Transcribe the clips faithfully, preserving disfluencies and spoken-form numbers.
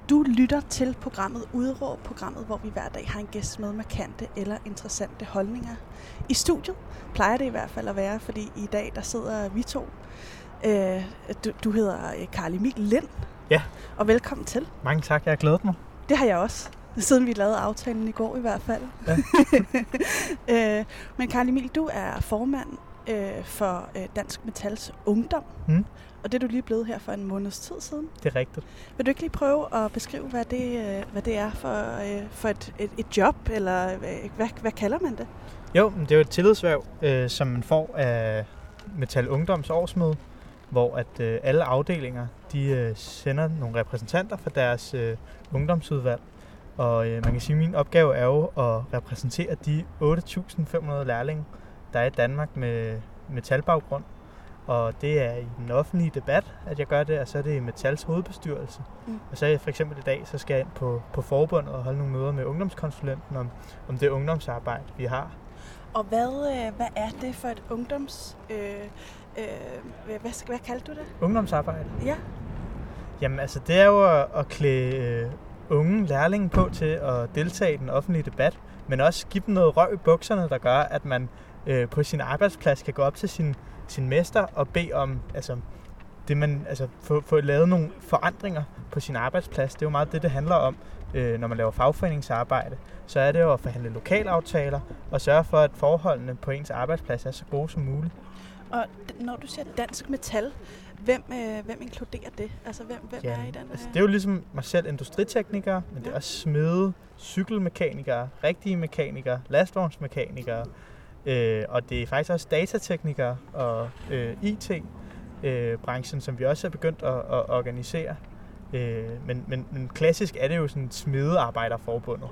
Du lytter til programmet Udråb, programmet, hvor vi hver dag har en gæst med markante eller interessante holdninger. I studiet plejer det i hvert fald at være, fordi i dag der sidder vi to. Øh, du, du hedder Carl Emil Lind. Ja. Og velkommen til. Mange tak, jeg har glædet mig. Det har jeg også, siden vi lavede aftalen i går i hvert fald. Ja. øh, men Carl Emil, du er formand øh, for øh, Dansk Metals Ungdom. Mm. Og det er du lige blevet her for en måneds tid siden. Det er rigtigt. Vil du ikke lige prøve at beskrive, hvad det, hvad det er for, for et, et, et job, eller hvad, hvad kalder man det? Jo, det er jo et tillidshverv, øh, som man får af Metal Ungdoms årsmøde, hvor at øh, alle afdelinger de øh, sender nogle repræsentanter fra deres øh, ungdomsudvalg. Og øh, man kan sige, at min opgave er jo at repræsentere de otte tusind fem hundrede lærlinge, der er i Danmark med metalbaggrund. Og det er i den offentlige debat, at jeg gør det, og så er det i Metals hovedbestyrelse. Mm. Og så er jeg for eksempel i dag, så skal jeg ind på, på forbundet og holde nogle møder med ungdomskonsulenten om, om det ungdomsarbejde, vi har. Og hvad, hvad er det for et ungdoms... Øh, øh, hvad, hvad kalder du det? Ungdomsarbejde? Ja. Jamen altså, det er jo at, at klæde øh, unge lærlinge på til at deltage i den offentlige debat, men også give dem noget røv i bukserne, der gør, at man øh, på sin arbejdsplads kan gå op til sin sin mester og bede om altså det man altså få, få lavet nogle forandringer på sin arbejdsplads. Det er jo meget det det handler om, øh, når man laver fagforeningsarbejde. Så er det jo at forhandle lokalaftaler og sørge for at forholdene på ens arbejdsplads er så gode som muligt. Og når du siger Dansk Metal, hvem øh, hvem inkluderer det? Altså hvem hvem ja, er i den? Øh... Altså, det er jo ligesom mig selv industriteknikere, men ja. Det er også smede, cykelmekanikere, rigtige mekanikere, lastvognsmekanikere. Øh, og det er faktisk også datateknikere og øh, I T-branchen, øh, som vi også er begyndt at, at organisere. Øh, men, men, men klassisk er det jo sådan smedearbejderforbundet.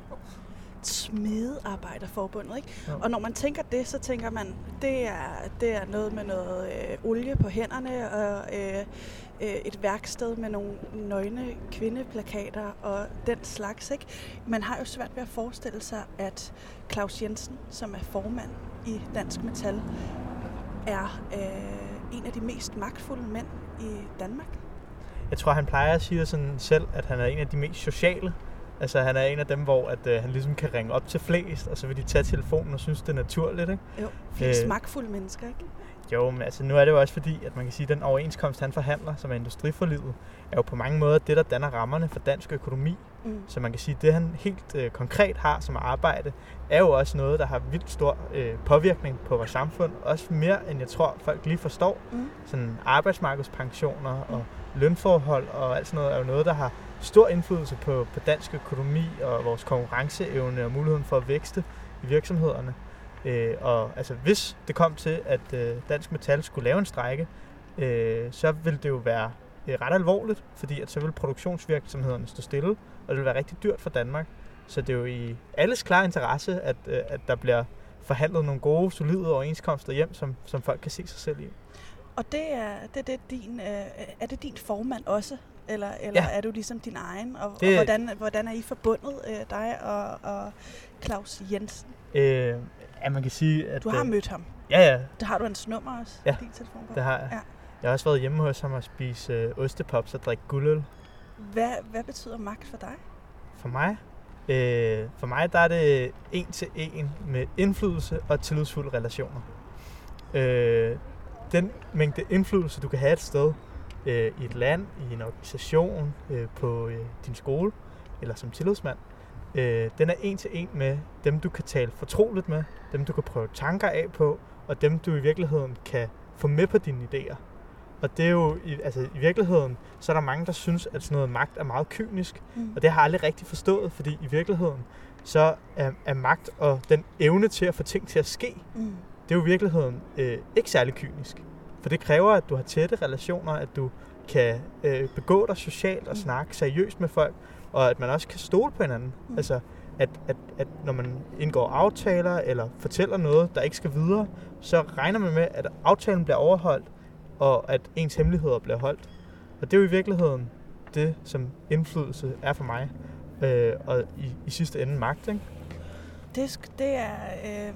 Smedearbejderforbundet, ikke? Ja. Og når man tænker det, så tænker man, det er, det er noget med noget øh, olie på hænderne og øh, øh, et værksted med nogle nøgne kvindeplakater og den slags, ikke? Man har jo svært ved at forestille sig, at Claus Jensen, som er formand i Dansk Metal, er øh, en af de mest magtfulde mænd i Danmark. Jeg tror, han plejer at sige sådan selv, at han er en af de mest sociale. Altså, han er en af dem, hvor at, øh, han ligesom kan ringe op til flest, og så vil de tage telefonen og synes, det er naturligt, ikke? Jo, flest øh, magtfulde mennesker, ikke? Jo, men altså, nu er det jo også fordi, at man kan sige, at den overenskomst, han forhandler, som er industriforliget, er jo på mange måder det, der danner rammerne for dansk økonomi. Mm. Så man kan sige, at det, han helt øh, konkret har som arbejde, er jo også noget, der har vildt stor øh, påvirkning på vores samfund. Også mere, end jeg tror, folk lige forstår. Mm. Sådan arbejdsmarkedspensioner og lønforhold og alt sådan noget, er jo noget, der har stor indflydelse på, på dansk økonomi og vores konkurrenceevne og muligheden for at vækste i virksomhederne. Øh, og altså, hvis det kom til, at øh, Dansk Metal skulle lave en strejke, øh, så ville det jo være øh, ret alvorligt, fordi at så ville produktionsvirksomhederne stå stille, og det ville være rigtig dyrt for Danmark. Så det er jo i alles klare interesse, at, øh, at der bliver forhandlet nogle gode, solide overenskomster hjem, som, som folk kan se sig selv i. Og det er, det er, det din, øh, er det din formand også? Eller, eller ja. Er du ligesom din egen? Og, det, og hvordan, hvordan er I forbundet, øh, dig og, og Claus Jensen? Øh, ja, man kan sige, at... Du har mødt ham? Ja, ja. Der har du hans nummer også? Ja, din telefon på? Det har jeg. Ja. Jeg har også været hjemme hos ham og spise øh, ostepops og drikke guldøl. Hvad, hvad betyder magt for dig? For mig? Øh, for mig der er det en til en med indflydelse og tillidsfulde relationer. Øh, den mængde indflydelse, du kan have et sted, øh, i et land, i en organisation, øh, på øh, din skole eller som tillidsmand, øh, den er en til en med dem, du kan tale fortroligt med, dem, du kan prøve tanker af på, og dem, du i virkeligheden kan få med på dine idéer. Og det er jo, i, altså i virkeligheden, så er der mange, der synes, at sådan noget magt er meget kynisk, mm. og det har jeg aldrig rigtig forstået, fordi i virkeligheden, så er, er magt og den evne til at få ting til at ske, mm. det er jo i virkeligheden øh, ikke særlig kynisk. For det kræver, at du har tætte relationer, at du kan øh, begå dig socialt og mm. snakke seriøst med folk, og at man også kan stole på hinanden. Mm. Altså, at, at, at når man indgår aftaler eller fortæller noget, der ikke skal videre, så regner man med, at aftalen bliver overholdt, og at ens hemmeligheder bliver holdt. Og det er jo i virkeligheden det, som indflydelse er for mig. Øh, og i, i sidste ende magt, ikke? Det, det er... Øh...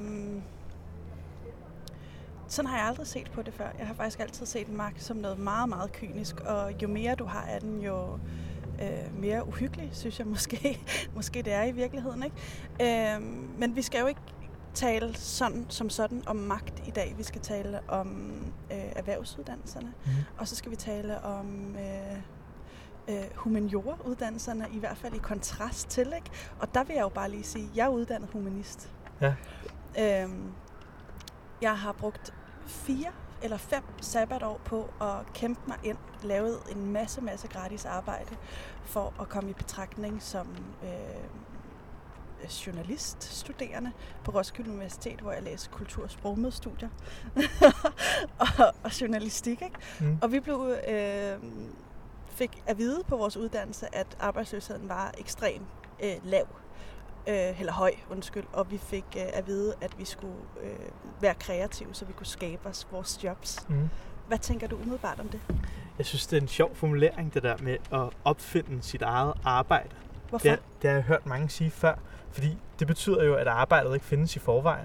Sådan har jeg aldrig set på det før. Jeg har faktisk altid set magt som noget meget, meget kynisk, og jo mere du har af den, jo, øh, mere uhyggelig, synes jeg måske. Måske det er i virkeligheden, ikke? Øh, men vi skal jo ikke tale sådan, som sådan om magt i dag. Vi skal tale om øh, erhvervsuddannelserne, mm. og så skal vi tale om øh, øh, humaniora-uddannelserne, i hvert fald i kontrast til, ikke? Og der vil jeg jo bare lige sige, at jeg er uddannet humanist. Ja. Øh, jeg har brugt fire eller fem sabbatår på at kæmpe mig ind, lavet en masse, masse gratis arbejde for at komme i betragtning som øh, journaliststuderende på Roskilde Universitet, hvor jeg læste kultur- og sprogmødestudier og, og journalistik. Ikke? Mm. Og vi blev, øh, fik at vide på vores uddannelse, at arbejdsløsheden var ekstremt øh, lav. Øh, eller høj, undskyld. Og vi fik øh, at vide, at vi skulle øh, være kreative, så vi kunne skabe os vores jobs. Mm. Hvad tænker du umiddelbart om det? Jeg synes, det er en sjov formulering, det der med at opfinde sit eget arbejde. Hvorfor? Det, det har jeg hørt mange sige før, fordi det betyder jo, at arbejdet ikke findes i forvejen.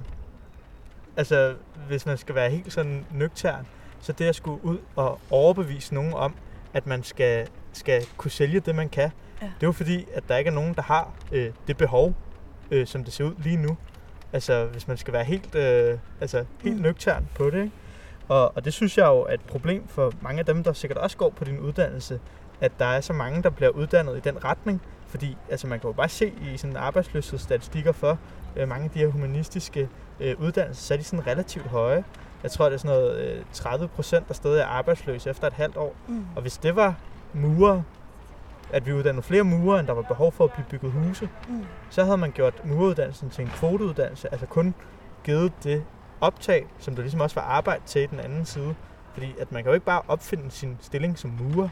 Altså, hvis man skal være helt sådan nøgtern, så det at skulle ud og overbevise nogen om, at man skal, skal kunne sælge det, man kan, ja. Det er jo fordi, at der ikke er nogen, der har øh, det behov, øh, som det ser ud lige nu. Altså, hvis man skal være helt, øh, altså, helt mm. nøgtern på det, ikke? Og, og det synes jeg jo er et problem for mange af dem, der sikkert også går på din uddannelse, at der er så mange, der bliver uddannet i den retning. Fordi altså, man kan jo bare se i sådan arbejdsløshedsstatistikker for øh, mange af de her humanistiske øh, uddannelser, så er de sådan relativt høje. Jeg tror, det er sådan noget øh, tredive procent, der stadig er arbejdsløse efter et halvt år. Mm. Og hvis det var murer, at vi uddannede flere murer, end der var behov for at blive bygget huse, mm. så havde man gjort mureruddannelsen til en kvoteuddannelse, altså kun givet det optag, som der ligesom også var arbejde til i den anden side. Fordi at man kan jo ikke bare opfinde sin stilling som murer.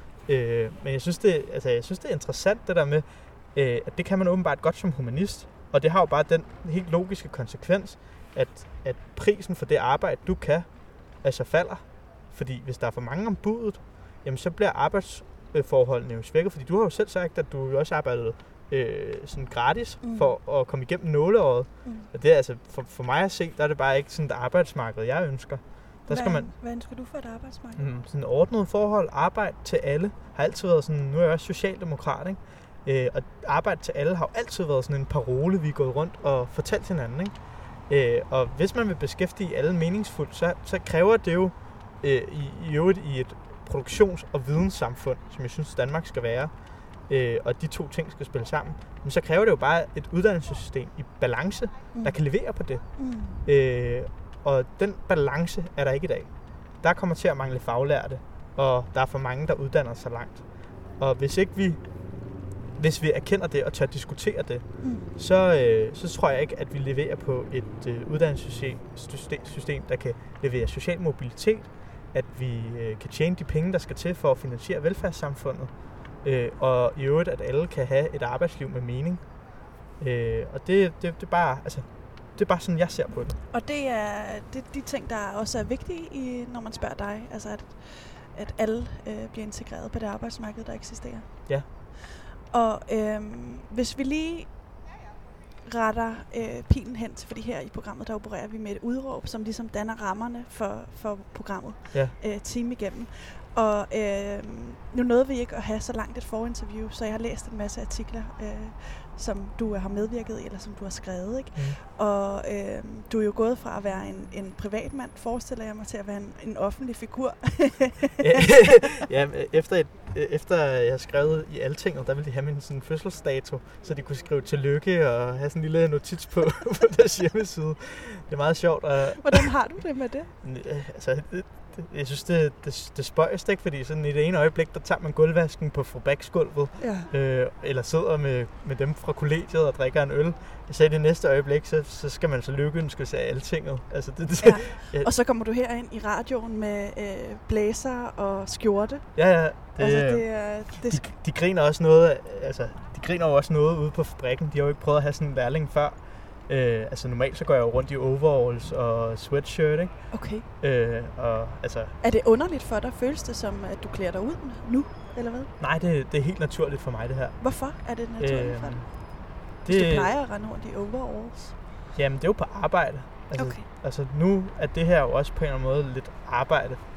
Øh, men jeg synes, det, altså, jeg synes, det er interessant det der med, øh, at det kan man åbenbart godt som humanist. Og det har jo bare den helt logiske konsekvens, at, at prisen for det arbejde, du kan, altså falder. Fordi hvis der er for mange om budet, jamen så bliver arbejdsforholdene jo svækket. Fordi du har jo selv sagt, at du jo også arbejdede øh, sådan gratis mm. for at komme igennem nåleåret. Mm. Og det er altså, for, for mig at se, der er det bare ikke sådan et arbejdsmarked, jeg ønsker. Der hvad, skal man, hvad ønsker du for et arbejdsmarked? Mm, sådan ordnet forhold, arbejde til alle, har altid været sådan, nu er jeg også socialdemokrat, ikke? Øh, og arbejde til alle har jo altid været sådan en parole, vi er gået rundt og fortalt hinanden, ikke? Øh, og hvis man vil beskæftige alle meningsfuldt, så, så kræver det jo øh, i, i øvrigt i et produktions- og videnssamfund, som jeg synes Danmark skal være, øh, og de to ting skal spille sammen, men så kræver det jo bare et uddannelsessystem i balance, mm. der kan levere på det. Mm. Øh, Og den balance er der ikke i dag. Der kommer til at mangle faglærte, og der er for mange, der uddanner sig langt. Og hvis ikke vi, hvis vi erkender det og tør diskutere det, mm. så, øh, så tror jeg ikke, at vi leverer på et øh, uddannelsessystem, system, der kan levere social mobilitet, at vi øh, kan tjene de penge, der skal til for at finansiere velfærdssamfundet, øh, og i øvrigt, at alle kan have et arbejdsliv med mening. Øh, og det, det, det er bare, altså, det er bare sådan, jeg ser på det. Og det er det, de ting, der også er vigtige, i, når man spørger dig. Altså, at, at alle øh, bliver integreret på det arbejdsmarked, der eksisterer. Ja. Og øh, hvis vi lige retter øh, pilen hen til, fordi her i programmet, der opererer vi med et udråb, som ligesom danner rammerne for, for programmet ja. øh, time igennem. Og øh, nu nåede vi ikke at have så langt et forinterview, så jeg har læst en masse artikler, øh, som du har medvirket i, eller som du har skrevet, ikke? Mm. Og øh, du er jo gået fra at være en, en privatmand, forestiller jeg mig, til at være en, en offentlig figur. ja, efter, et, efter jeg har skrevet i Altinget, der ville de have min sådan fødselsdato, så de kunne skrive tillykke og have sådan en lille notits på, på deres hjemmeside. Det er meget sjovt. Og hvordan har du det med det? altså, det, jeg synes, det, det, det spøjst, ikke? Fordi sådan i det ene øjeblik, der tager man gulvvasken på fabriksgulvet, ja. øh, eller sidder med, med dem fra kollegiet og drikker en øl. Så i det næste øjeblik, så, så skal man så lykkeønske sig af Altinget. Altså, det, det, ja. ja. Og så kommer du herind i radioen med øh, blæser og skjorte. Ja, ja. Det, altså, det er, det de, de griner også noget, altså, de griner også noget ude på fabrikken. De har jo ikke prøvet at have sådan en lærling før. Øh, altså normalt så går jeg jo rundt i overalls og sweatshirt, ikke? Okay. Øh, og, altså, er det underligt for dig? Føles det som, at du klæder dig ud nu, eller hvad? Nej, det, det er helt naturligt for mig, det her. Hvorfor er det naturligt øh, for dig? Hvis det, du plejer at rende rundt i overalls? Jamen, det er jo på arbejde. Altså, okay. altså nu er det her jo også på en eller anden måde lidt arbejde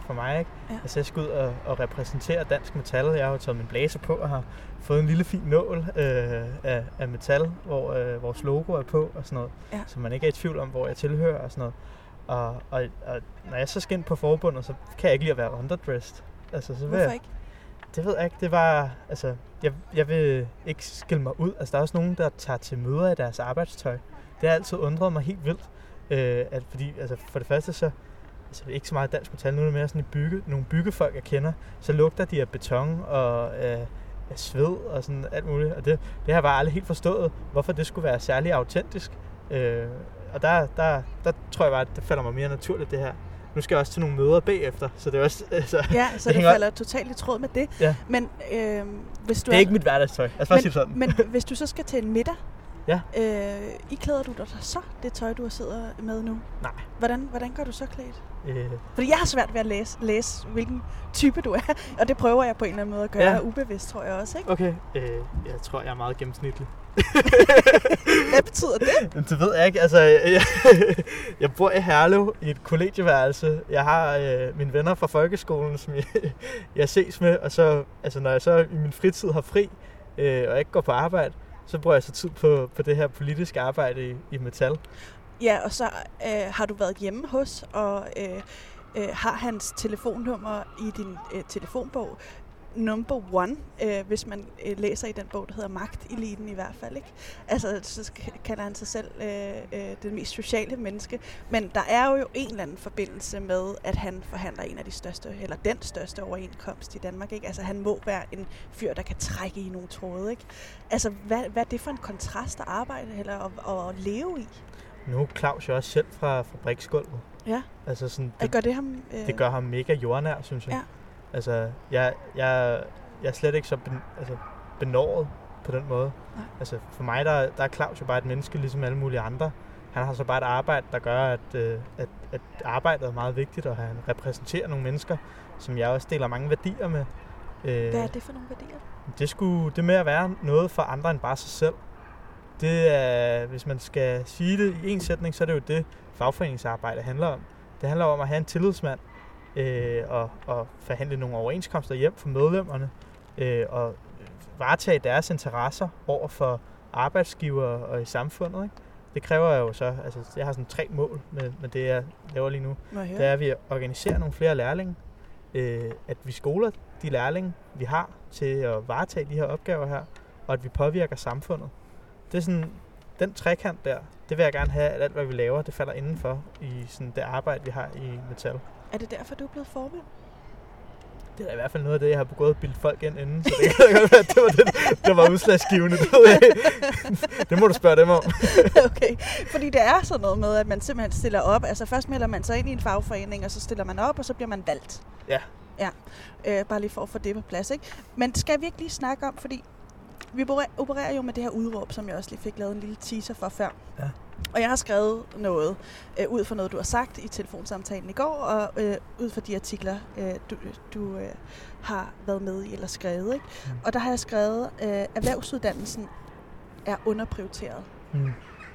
for mig, ikke? Ja. Altså jeg skal ud og, og repræsentere dansk metal. Jeg har jo taget min blazer på og har fået en lille fin nål øh, af, af metal, hvor øh, vores logo er på og sådan noget. Ja. Så man ikke er i tvivl om, hvor jeg tilhører og sådan noget. Og, og, og når jeg så skal ind på forbundet, så kan jeg ikke lide at være underdressed. Altså, så vil Hvorfor jeg, ikke? Det ved jeg ikke. Det var, altså, jeg, jeg vil ikke skille mig ud. Altså, der er også nogen, der tager til møder i deres arbejdstøj. Det har altid undret mig helt vildt. Øh, at fordi, altså, for det første så, altså, ikke så meget dansk metal, nu er det mere sådan i bygge, nogle byggefolk, jeg kender, så lugter de af beton og øh, af sved og sådan alt muligt. Og det, det har jeg bare aldrig helt forstået, hvorfor det skulle være særlig autentisk. Øh, og der, der, der tror jeg bare, at det falder mig mere naturligt, det her. Nu skal jeg også til nogle møder bagefter, så det er også... Altså, ja, så det, det falder totalt i tråd med det. Ja. Men øh, hvis du det er er, ikke mit hverdagstøj. Jeg skal bare sige sådan. Men hvis du så skal til en middag, ja. øh, i klæder du dig så det tøj, du sidder med nu? Nej. Hvordan, hvordan går du så klædt? Øh. Fordi jeg har svært ved at læse, læse, hvilken type du er, og det prøver jeg på en eller anden måde at gøre ja. ubevidst, tror jeg også, ikke? Okay, øh, jeg tror, jeg er meget gennemsnitlig. Hvad betyder det? Det ved jeg ikke. Altså, jeg, jeg bor i Herlev i et kollegieværelse. Jeg har øh, mine venner fra folkeskolen, som jeg, jeg ses med, og så, altså, når jeg så i min fritid har fri, øh, og ikke går på arbejde, så bruger jeg så tid på, på det her politiske arbejde i, i metal. Ja, og så øh, har du været hjemme hos, og øh, øh, har hans telefonnummer i din øh, telefonbog. Number one, øh, hvis man øh, læser i den bog, der hedder Magteliten i hvert fald, ikke? Altså, så kalder han sig selv øh, øh, det mest sociale menneske. Men der er jo en eller anden forbindelse med, at han forhandler en af de største, eller den største overenskomst i Danmark, ikke? Altså, han må være en fyr, der kan trække i nogle tråde, ikke? Altså, hvad, hvad er det for en kontrast at arbejde, eller at, at leve i? Nu er Claus jo også selv fra fabriksgulvet. Ja. Altså sådan, det, gør det ham... Øh... Det gør ham mega jordnær, synes jeg. Ja. Altså, jeg, jeg, jeg er slet ikke så ben, altså, benåret på den måde. Nej. Altså, for mig, der, der er Claus jo bare et menneske, ligesom alle mulige andre. Han har så bare et arbejde, der gør, at, at, at arbejdet er meget vigtigt, og han repræsenterer nogle mennesker, som jeg også deler mange værdier med. Hvad er det for nogle værdier? Det skulle det med at være noget for andre end bare sig selv. Det er, hvis man skal sige det i en sætning, så er det jo det, fagforeningsarbejde handler om. Det handler om at have en tillidsmand, Øh, og, og forhandle nogle overenskomster hjem for medlemmerne, øh, og varetage deres interesser over for arbejdsgivere og i samfundet, ikke? Det kræver jo så, altså jeg har sådan tre mål med, med det, jeg laver lige nu. Det er, at vi organiserer nogle flere lærlinge, øh, at vi skoler de lærlinge, vi har, til at varetage de her opgaver her, og at vi påvirker samfundet. Det er sådan, den trekant der, det vil jeg gerne have, at alt hvad vi laver, det falder indenfor i sådan det arbejde, vi har i metal. Er det derfor, du er blevet formand? Det er da i hvert fald noget af det, jeg har begået at bilde folk ind inden, så det kan godt være, at det var, det, det var udslagsgivende. Det, ved jeg. Det må du spørge dem om. Okay, fordi det er sådan noget med, at man simpelthen stiller op. Altså først melder man sig ind i en fagforening, og så stiller man op, og så bliver man valgt. Ja. Ja, øh, bare lige for at få det på plads, ikke? Men skal vi ikke lige snakke om, fordi vi opererer jo med det her udråb, som jeg også lige fik lavet en lille teaser for før. Ja. Og jeg har skrevet noget øh, ud fra noget, du har sagt i telefonsamtalen i går, og øh, ud fra de artikler, øh, du, du øh, har været med i eller skrevet. Ikke? Mm. Og der har jeg skrevet, at øh, erhvervsuddannelsen er underprioriteret. Mm.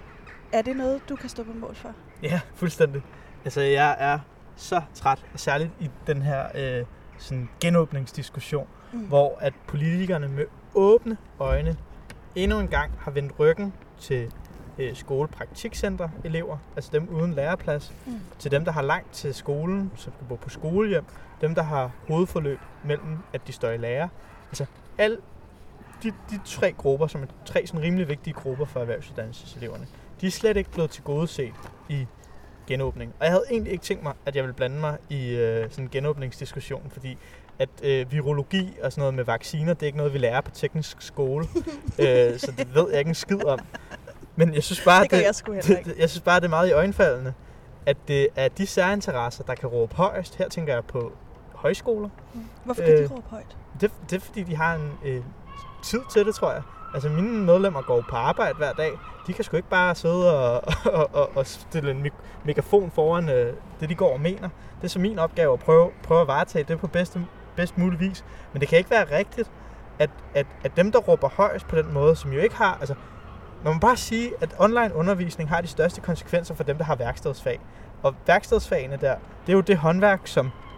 Er det noget, du kan stå på mål for? Ja, fuldstændig. Altså, jeg er så træt, og særligt i den her øh, sådan genåbningsdiskussion, mm. hvor at politikerne med åbne øjne endnu en gang har vendt ryggen til øh, skolepraktikcenter elever, altså dem uden læreplads, mm. til dem, der har langt til skolen, som skal bo på skolehjem, dem, der har hovedforløb mellem, at de står i lære. Altså alle de, de tre grupper, som er tre sådan rimelig vigtige grupper for erhvervsuddannelseseleverne, de er slet ikke blevet tilgodeset i genåbning. Og jeg havde egentlig ikke tænkt mig, at jeg ville blande mig i øh, sådan en genåbningsdiskussion, fordi at øh, virologi og sådan noget med vacciner, det er ikke noget, vi lærer på teknisk skole. øh, så det ved jeg ikke en skid om. Men jeg synes bare, det, det, jeg, sgu det, jeg synes bare, det er meget i øjenfaldende, at det er de særinteresser, der kan råbe højst. Her tænker jeg på højskoler. Mm. Hvorfor kan øh, de råbe højt? Det, det er, fordi de har en øh, tid til det, tror jeg. Altså mine medlemmer går på arbejde hver dag. De kan sgu ikke bare sidde og, og, og, og stille en mik- megafon foran øh, det, de går og mener. Det er så min opgave at prøve, prøve at varetage det på bedste, bedst mulig vis. Men det kan ikke være rigtigt, at, at, at dem, der råber højst på den måde, som jo ikke har... Altså, man må bare sige, at online undervisning har de største konsekvenser for dem, der har værkstedsfag. Og værkstedsfagene der, det er jo det håndværk, som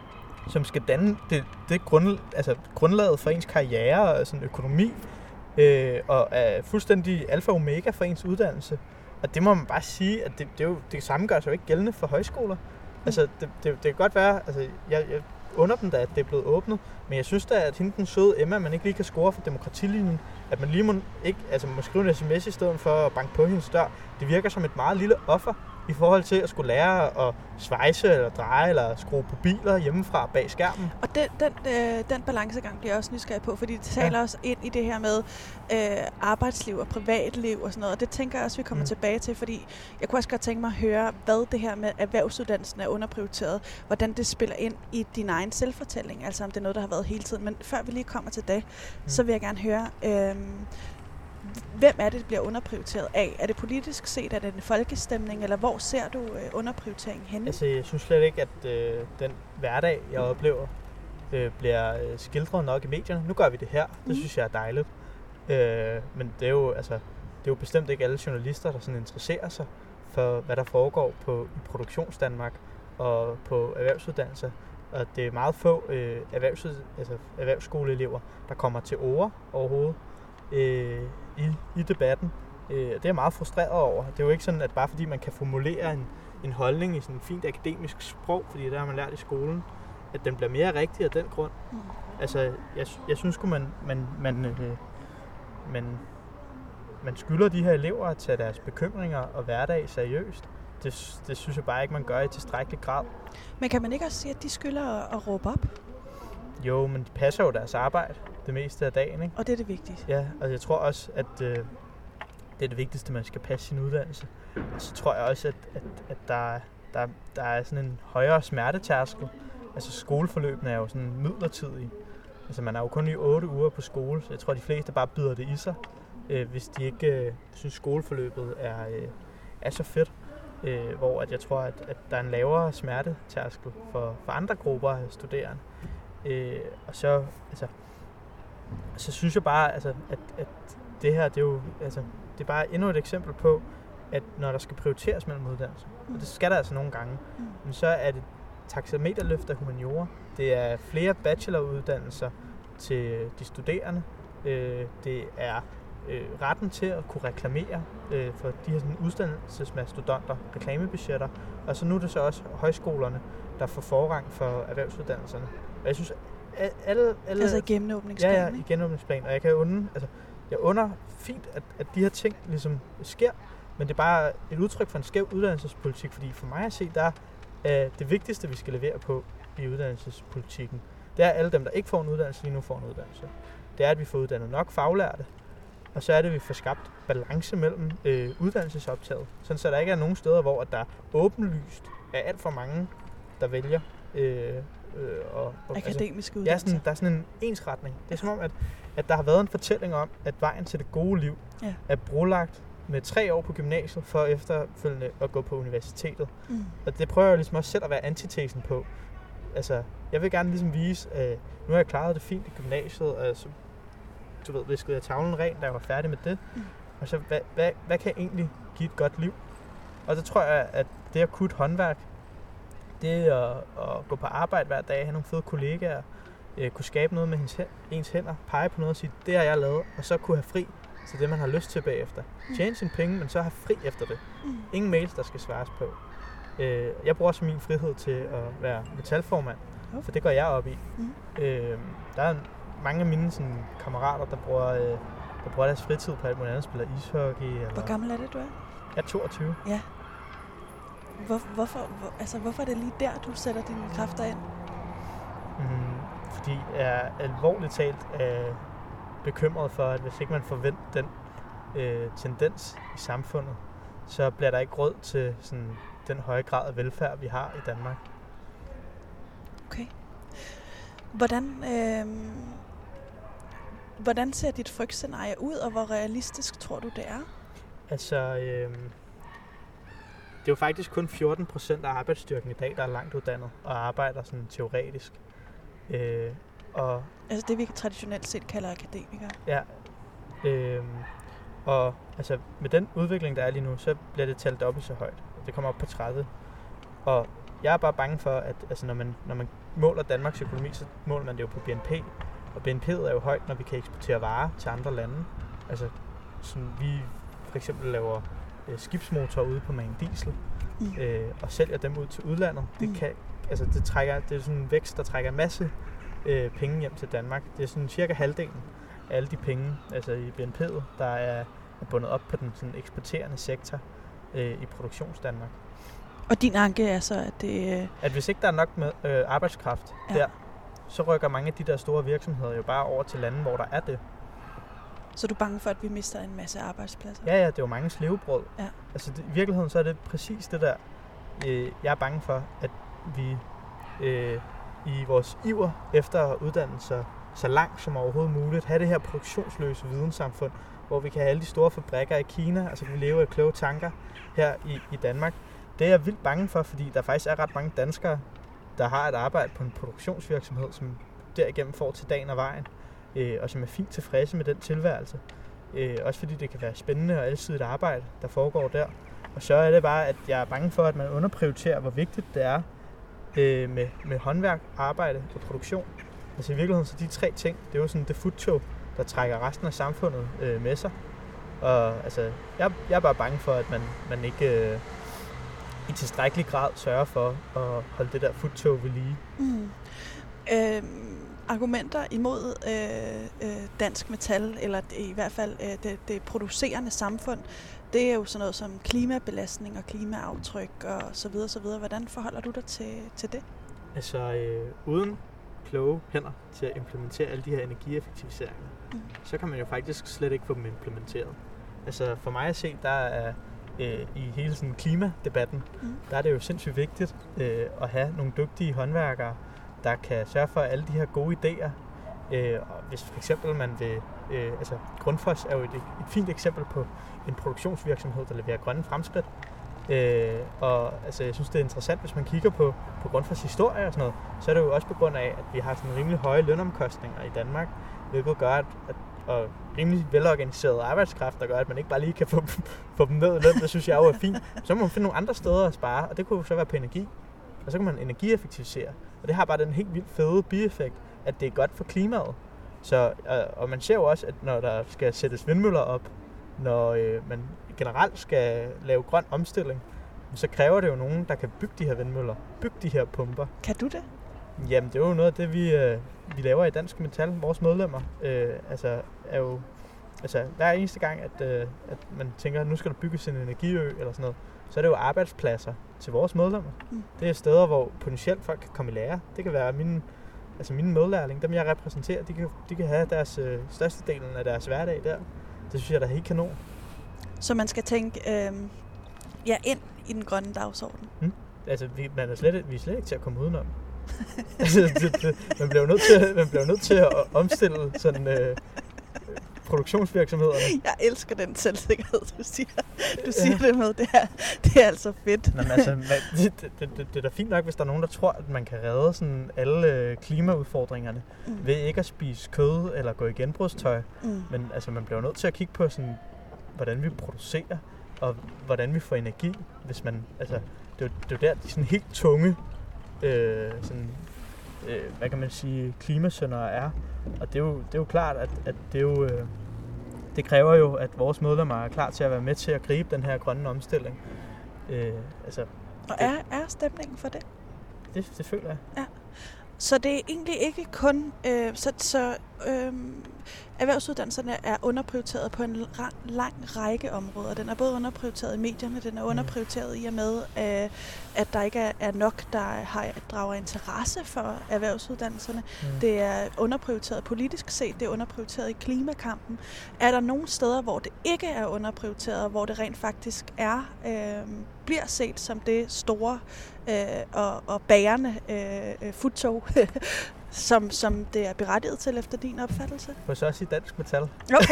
som skal danne det, det grund, altså grundlaget for ens karriere og sådan økonomi, øh, og er fuldstændig alfa og omega for ens uddannelse. Og det må man bare sige, at det, det, er jo, det samme gør sig jo ikke gældende for højskoler. Altså, det, det, det kan godt være, altså, jeg, jeg under dem da, at det er blevet åbnet, men jeg synes da, at hende den søde Emma, man ikke lige kan score for demokratilinjen, at man lige må, ikke, altså, må skrive en sms i stedet for at banke på hendes dør. Det virker som et meget lille offer i forhold til at skulle lære at svejse eller dreje eller skrue på biler hjemmefra bag skærmen. Og den, den, øh, den balancegang bliver jeg også nysgerrig på, fordi det taler ja. også ind i det her med øh, arbejdsliv og privatliv og sådan noget, og det tænker jeg også, vi kommer mm. tilbage til, fordi jeg kunne også godt tænke mig at høre, hvad det her med erhvervsuddannelsen er underprioriteret, hvordan det spiller ind i din egen selvfortælling, altså om det er noget, der har været hele tiden. Men før vi lige kommer til det, mm. så vil jeg gerne høre, øh, hvem er det, det bliver underprioriteret af? Er det politisk set? Er det en folkestemning? Eller hvor ser du øh, underprioriteringen henne? Altså, jeg synes slet ikke, at øh, den hverdag, jeg oplever, øh, bliver øh, skildret nok i medierne. Nu gør vi det her. Det mm. synes jeg er dejligt. Øh, men det er, jo, altså, det er jo bestemt ikke alle journalister, der sådan interesserer sig for, hvad der foregår på, i Produktionsdanmark og på erhvervsuddannelser. Og det er meget få øh, erhvervs, altså, erhvervsskoleelever, der kommer til orde overhovedet. Øh, i, i debatten. Øh, det er jeg meget frustreret over. Det er jo ikke sådan, at bare fordi man kan formulere en, en holdning i sådan et fint akademisk sprog, fordi det har man lært i skolen, at den bliver mere rigtig af den grund. Mm. Altså, jeg, jeg synes sgu, man, man, man, øh, man, man skylder de her elever at tage deres bekymringer og hverdag seriøst. Det, det synes jeg bare ikke, man gør i tilstrækkelig grad. Men kan man ikke også sige, at de skylder at, at råbe op? Jo, men de passer jo deres arbejde det meste af dagen, ikke? Og det er det vigtigste. Ja, og jeg tror også, at øh, det er det vigtigste, man skal passe sin uddannelse. Og så tror jeg også, at, at, at der, der, der er sådan en højere smertetærskel. Altså skoleforløbene er jo sådan midlertidige. Altså man er jo kun i otte uger på skole, så jeg tror, at de fleste bare byder det i sig, øh, hvis de ikke øh, synes, skoleforløbet er, øh, er så fedt. Øh, hvor at jeg tror, at, at der er en lavere smertetærskel for, for andre grupper af studerende. Øh, og så, altså, så synes jeg bare, altså, at, at det her, det er jo, altså, det er bare endnu et eksempel på, at når der skal prioriteres mellem uddannelser, mm. og det skal der altså nogle gange, mm. men så er det taxameterløft af humaniora, det er flere bacheloruddannelser til de studerende, øh, det er øh, retten til at kunne reklamere øh, for de her sådan, uddannelsesmastodonter, reklamebudgetter, og så nu er det så også højskolerne, der får forrang for erhvervsuddannelserne. Og jeg synes, alle... alle altså i genåbningsplan, Ja, ja, i genåbningsplan. Og jeg kan under, altså, jeg under fint, at, at de her ting ligesom sker, men det er bare et udtryk for en skæv uddannelsespolitik, fordi for mig at se, der er det vigtigste, vi skal levere på i uddannelsespolitikken, det er, at alle dem, der ikke får en uddannelse, lige nu får en uddannelse. Det er, at vi får uddannet nok faglærte, og så er det, at vi får skabt balance mellem øh, uddannelsesoptaget, sådan så der ikke er nogen steder, hvor at der er åbenlyst af alt for mange, der vælger øh, øh, og, og, akademiske altså, uddannelser. Ja, sådan, der er sådan en ensretning. Det er som om, at, at der har været en fortælling om, at vejen til det gode liv ja. er brolagt med tre år på gymnasiet, for efterfølgende at gå på universitetet. Mm. Og det prøver jeg ligesom også selv at være antitesen på. Altså, jeg vil gerne ligesom vise, at nu har jeg klaret det fint i gymnasiet, og så, du ved, viskede jeg tavlen ren, da jeg var færdig med det. Mm. Og så, hvad, hvad, hvad kan egentlig give et godt liv? Og så tror jeg, at det at kunne et håndværk, det at, at gå på arbejde hver dag, have nogle fede kollegaer, øh, kunne skabe noget med ens, ens hænder, pege på noget og sige, det har jeg lavet, og så kunne have fri til det, man har lyst til bagefter. Tjene sine penge, men så have fri efter det. Mm. Ingen mails, der skal svares på. Øh, jeg bruger også min frihed til at være metalformand, okay. for det går jeg op i. Mm. Øh, der er mange af mine sådan, kammerater, der bruger, øh, der bruger deres fritid på alt muligt andet, spiller ishockey. Eller... Hvor gammel er det, du er? Jeg er toogtyve. Ja. Hvor, hvorfor, hvor, altså, hvorfor er det lige der, du sætter dine kræfter ind? Mm, fordi jeg er alvorligt talt er bekymret for, at hvis ikke man forventer den øh, tendens i samfundet, så bliver der ikke råd til sådan, den høje grad af velfærd, vi har i Danmark. Okay. Hvordan, øh, hvordan ser dit frygtscenarie ud, og hvor realistisk tror du, det er? Altså, øh, det er jo faktisk kun fjorten procent af arbejdsstyrken i dag, der er langt uddannet og arbejder sådan teoretisk. Øh, og altså det, vi traditionelt set kalder akademikere? Ja. Øh, og altså, med den udvikling, der er lige nu, så bliver det talt op i så højt. Det kommer op på tredive. Og jeg er bare bange for, at altså, når, man, når man måler Danmarks økonomi, så måler man det jo på B N P. Og B N P'et er jo højt, når vi kan eksportere varer til andre lande. Altså, sådan, vi for eksempel laver øh, skibsmotorer ude på Magen Diesel, mm. øh, og sælger dem ud til udlandet. Det, kan, altså, det, trækker, det er sådan en vækst, der trækker en masse øh, penge hjem til Danmark. Det er sådan cirka halvdelen af alle de penge, altså i B N P'et, der er, er bundet op på den sådan, eksporterende sektor øh, i produktionsdanmark. Og din anke er så, at det... Øh... At hvis ikke der er nok med øh, arbejdskraft ja. der, så rykker mange af de der store virksomheder jo bare over til lande, hvor der er det. Så er du bange for, at vi mister en masse arbejdspladser? Ja, ja, det er jo mange levebrød. Ja. Altså det, i virkeligheden så er det præcis det der, øh, jeg er bange for, at vi øh, i vores iver efter at uddanne sig så langt som overhovedet muligt, have det her produktionsløse videnssamfund, hvor vi kan have alle de store fabrikker i Kina, altså vi lever af kloge tanker her i, i Danmark. Det er jeg vildt bange for, fordi der faktisk er ret mange danskere, der har et arbejde på en produktionsvirksomhed, som derigennem får til dagen og vejen, øh, og som er fint tilfredse med den tilværelse. Øh, også fordi det kan være spændende og alsidigt arbejde, der foregår der. Og så er det bare, at jeg er bange for, at man underprioriterer, hvor vigtigt det er øh, med, med håndværk, arbejde og produktion. Altså i virkeligheden, så de tre ting, det er jo sådan det futtog, der trækker resten af samfundet øh, med sig. Og altså, jeg, jeg er bare bange for, at man, man ikke øh, i tilstrækkelig grad sørger for at holde det der futtog ved lige. Mm. Øhm, argumenter imod øh, øh, Dansk Metal, eller i hvert fald øh, det, det producerende samfund, det er jo sådan noget som klimabelastning og klimaaftryk og så videre, så videre. Hvordan forholder du dig til, til det? Altså, øh, uden kloge hænder til at implementere alle de her energieffektiviseringer, mm. så kan man jo faktisk slet ikke få dem implementeret. Altså, for mig at se, der er øh, i hele sådan klimadebatten, mm. der er det jo sindssygt vigtigt øh, at have nogle dygtige håndværkere, der kan sørge for alle de her gode idéer. Øh, og hvis for eksempel man vil, øh, altså Grundfos er jo et, et fint eksempel på en produktionsvirksomhed, der leverer grønne fremskridt. Øh, og altså, jeg synes, det er interessant, hvis man kigger på, på Grundfos historie og sådan noget, så er det jo også på grund af, at vi har sådan rimelig høje lønomkostninger i Danmark, hvilket gør, at, at og rimelig velorganiseret arbejdskraft, der gør, at man ikke bare lige kan få, få dem ned i løn. Det synes jeg jo er fint. Så må man finde nogle andre steder at spare, og det kunne jo så være på energi. Og så kan man energieffektivisere. Og det har bare den helt vildt fede bieffekt, at det er godt for klimaet. Så, og, og man ser jo også, at når der skal sættes vindmøller op, når øh, man generelt skal lave grøn omstilling, så kræver det jo nogen, der kan bygge de her vindmøller, bygge de her pumper. Kan du det? Jamen, det er jo noget af det, vi, øh, vi laver i Dansk Metal. Vores medlemmer øh, altså, er jo... Altså, hver eneste gang, at, øh, at man tænker, at nu skal der bygges en energiø eller sådan noget, så er det jo arbejdspladser til vores medlemmer. Mm. Det er steder, hvor potentielt folk kan komme i lære. Det kan være mine, altså mine medlærlinge, dem jeg repræsenterer, de kan, de kan have deres øh, størstedelen af deres hverdag der. Det synes jeg, der er helt kanon. Så man skal tænke øh, ja, ind i den grønne dagsorden? Mm. Altså, vi, man er slet, vi er slet ikke til at komme udenom. altså, det, det, man bliver nødt til, man bliver nødt til at omstille sådan... Øh, produktionsvirksomhederne. Jeg elsker den selvsikkerhed, du siger. Du siger ja. det med, det er, det er altså fedt. Nå, men altså, det, det, det, det er da fint nok, hvis der er nogen, der tror, at man kan redde sådan alle klimaudfordringerne mm. ved ikke at spise kød eller gå i genbrugstøj. Mm. Men altså, man bliver nødt til at kigge på, sådan, hvordan vi producerer og hvordan vi får energi. Hvis man, altså, det, er jo, det er jo der, de sådan helt tunge øh, sådan, øh, hvad kan man sige, klimasyndere er. Og det er jo, det er jo klart, at, at det, er jo, øh, det kræver jo, at vores medlemmer er klar til at være med til at gribe den her grønne omstilling. Øh, altså, og er, er stemningen for det? Det, det føler jeg. Ja. Så det er egentlig ikke kun... Øh, så så øh, erhvervsuddannelserne er underprioriteret på en lang, lang række områder. Den er både underprioriteret i medierne, den er underprioriteret i og med, øh, at der ikke er, er nok, der har, drager interesse for erhvervsuddannelserne. Mm. Det er underprioriteret politisk set, det er underprioriteret i klimakampen. Er der nogle steder, hvor det ikke er underprioriteret, hvor det rent faktisk er, øh, bliver set som det store øh, og, og bærende øh, futtog, Som, som det er berettiget til efter din opfattelse? Må jeg så også sige Dansk Metal? Okay.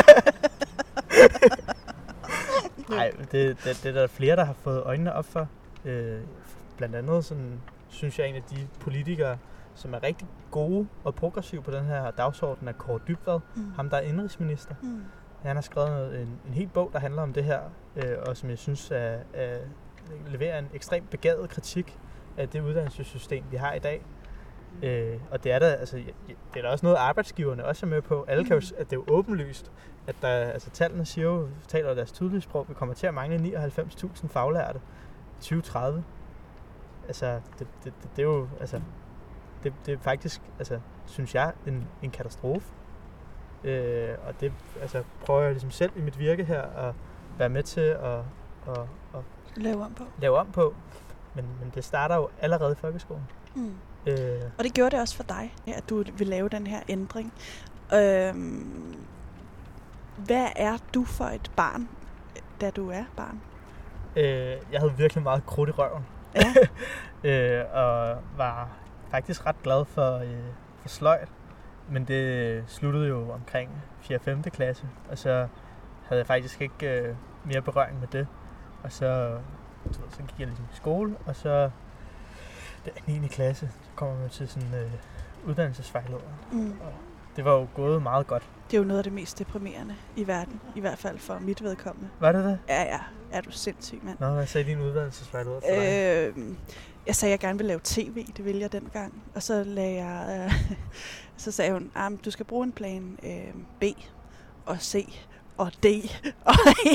Nej, det, det, det er der flere, der har fået øjnene op for. Øh, blandt andet sådan, synes jeg, en af de politikere, som er rigtig gode og progressive på den her dagsorden, er Kaare Dybvad. Mm. Ham, der er indrigsminister. Mm. Han har skrevet en, en hel bog, der handler om det her, øh, og som jeg synes er, er, leverer en ekstremt begavet kritik af det uddannelsessystem, vi har i dag. Øh, og det er der, altså, det er der også noget, arbejdsgiverne også er med på. Alle kan jo, at det er jo åbenlyst, at der, altså, tallene siger jo, taler deres tydelige sprog, vi kommer til at mangle nioghalvfems tusind faglærte i tyve tredive. Altså, det, det, det, det er jo, altså, det, det er faktisk, altså, synes jeg, en, en katastrofe. Øh, og det, altså, prøver jeg ligesom selv i mit virke her at være med til at, at, at lave om på. Lave om på. Men, men det starter jo allerede i folkeskolen. Mm. Øh. Og det gjorde det også for dig, at du vil lave den her ændring. Øhm, hvad er du for et barn, da du er barn? Øh, jeg havde virkelig meget krudt i røven. Ja. øh, og var faktisk ret glad for, øh, for sløjd. Men det sluttede jo omkring fjerde femte klasse. Og så havde jeg faktisk ikke øh, mere berøring med det. Og så, så gik jeg ligesom i skole, og så det er niende klasse, så kommer man til sådan øh, uddannelsesvejleder. Mm. Og det var jo gået meget godt. Det er jo noget af det mest deprimerende i verden, i hvert fald for mit vedkommende. Var det det? Ja, ja. Er du sindssyg, mand. Nå, hvad sagde din uddannelsesvejleder for dig? Øh, jeg sagde, at jeg gerne ville lave tv, det ville jeg dengang. Og så lagde jeg, øh, så sagde hun, at du skal bruge en plan øh, B og C og D. Og,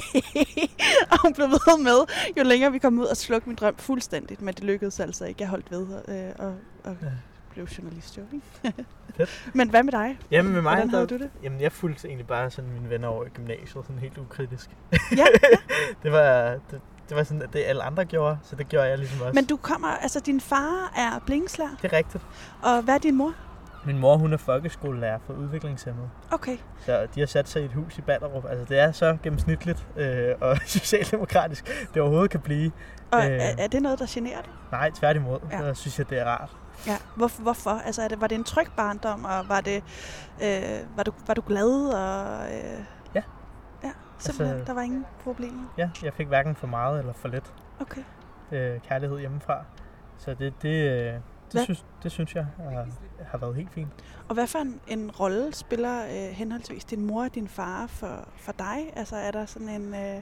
og hun blev ved med, jo længere vi kom ud og slukke min drøm fuldstændigt. Men det lykkedes altså ikke. Jeg holdt ved øh, og, og ja. blev journalist jo. Fedt. Men hvad med dig? Jamen med mig, hvordan havde der, du det? Jamen jeg fulgte egentlig bare sådan mine venner over i gymnasiet, sådan helt ukritisk. Ja, ja. det var det, det var sådan at det alle andre gjorde, så det gjorde jeg ligesom også. Men du kommer, altså din far er blinkslærer. Det er rigtigt. Og hvad er din mor? Min mor, hun er folkeskolelærer for udviklingshæmmede. Okay. Så de har sat sig i et hus i Ballerup. Altså det er så gennemsnitligt øh, og socialdemokratisk, det overhovedet kan blive. Og øh, er, er det noget, der generer dig? Nej, tværtimod. Ja. Så synes jeg, det er rart. Ja, Hvor, hvorfor? Altså, er det, var det en tryg barndom, og var det, øh, var du, var du glad? Og, øh, ja. Ja, simpelthen, altså, der var ingen problemer? Ja, jeg fik hverken for meget eller for lidt okay. øh, kærlighed hjemmefra. Så det, det, øh, det, synes, det synes jeg har, har været helt fint. Og hvad for en, en rolle spiller øh, henholdsvis din mor og din far for, for dig? Altså, er der sådan en... Øh,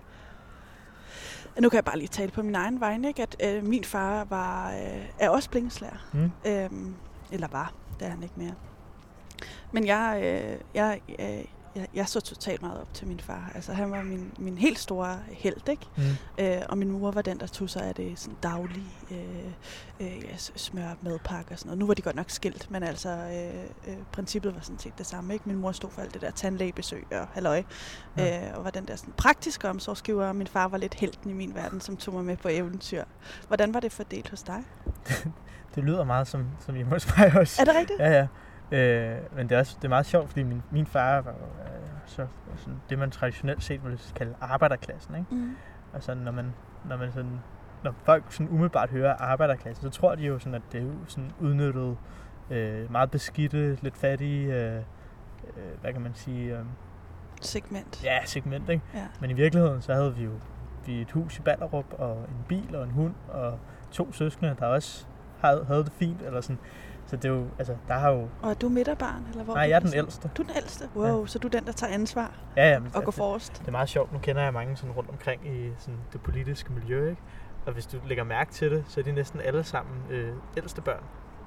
Nu kan jeg bare lige tale på min egen vegne, ikke? At øh, min far var, øh, er også blinkslærer. Mm. Øhm, eller var, det er han ikke mere. Men jeg, øh, jeg, øh, jeg, jeg så totalt meget op til min far. Altså han var min, min helt store helt, ikke? Mm. Øh, og min mor var den, der tog sig af det sådan daglige øh, øh, smør, madpakke og sådan noget. Nu var de godt nok skilt, men altså øh, øh, princippet var sådan set det samme, ikke? Min mor stod for alt det der tandlægebesøg og halløj, ja. øh, og var den der sådan praktiske omsorgsgiver, og min far var lidt helten i min verden, som tog mig med på eventyr. Hvordan var det fordelt hos dig? Det lyder meget som, som hjemme hos mig også. Er det rigtigt? Ja, ja. Øh, men det er, også, det er meget sjovt, fordi min, min far var øh, så, sådan, det, man traditionelt set ville kalde arbejderklassen. Ikke? Mm. Og sådan, når, man, når, man sådan, når folk sådan umiddelbart hører arbejderklassen, så tror de jo, sådan, at det er sådan udnyttet, øh, meget beskidte, lidt fattige, øh, øh, hvad kan man sige? Øh, segment. Ja, segment. Ikke? Ja. Men i virkeligheden, så havde vi jo vi et hus i Ballerup, og en bil og en hund, og to søskende, der også havde, havde det fint, eller sådan. Så det er jo, altså, der har jo... Og er du midterbarn, eller hvor? Nej, jeg er den ældste. Du er den ældste? Wow, ja. Så du er den, der tager ansvar ja, ja, men, og går forrest. Det er meget sjovt. Nu kender jeg mange sådan rundt omkring i sådan det politiske miljø, ikke? Og hvis du lægger mærke til det, så er de næsten alle sammen øh, ældste børn.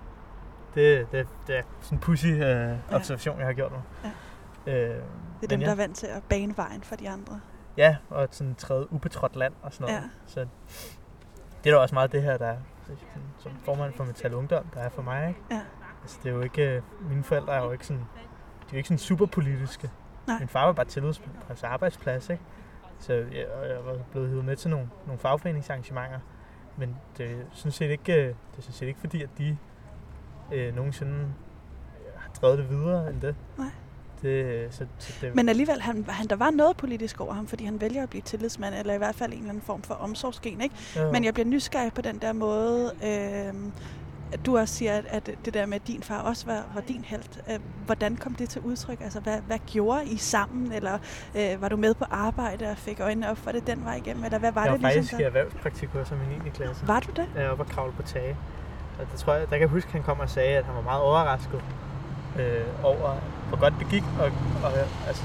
Det, det, det er sådan en pussy øh, observation, ja. jeg har gjort nu. Ja. Øh, det er dem, ja. der er vant til at bane vejen for de andre. Ja, og sådan træde ubetrådt land og sådan noget. Ja. Så det er da også meget det her, der er som formand for Metal Ungdom, der er for mig, ikke? Ja. Altså, det er jo ikke, mine forældre er jo ikke sådan, de er jo ikke sådan super politiske. Nej. Min far var bare tillids på hans arbejdsplads, ikke? Så jeg, jeg var blevet hivet med til nogle, nogle fagforeningsarrangementer, men det er sådan set ikke, det er sådan set ikke fordi, at de øh, nogensinde har drevet det videre end det. Nej. Det, så, så det... Men alligevel, han, han, der var noget politisk over ham, fordi han vælger at blive tillidsmand, eller i hvert fald en eller anden form for omsorgsgen, ikke? Jo. Men jeg bliver nysgerrig på den der måde, øh, at du også siger, at det der med, at din far også var, var din helt. Øh, hvordan kom det til udtryk? Altså, hvad, hvad gjorde I sammen? Eller øh, var du med på arbejde og fik øjnene op for det den vej igennem? Eller hvad var jeg det var ligesom faktisk i erhvervspraktik hos ham i niende klasse. Var du det? Jeg var oppe og kravle på tage. Og det tror jeg, der kan jeg huske, at han kom og sagde, at han var meget overrasket øh, over, hvor godt det gik, og, og altså,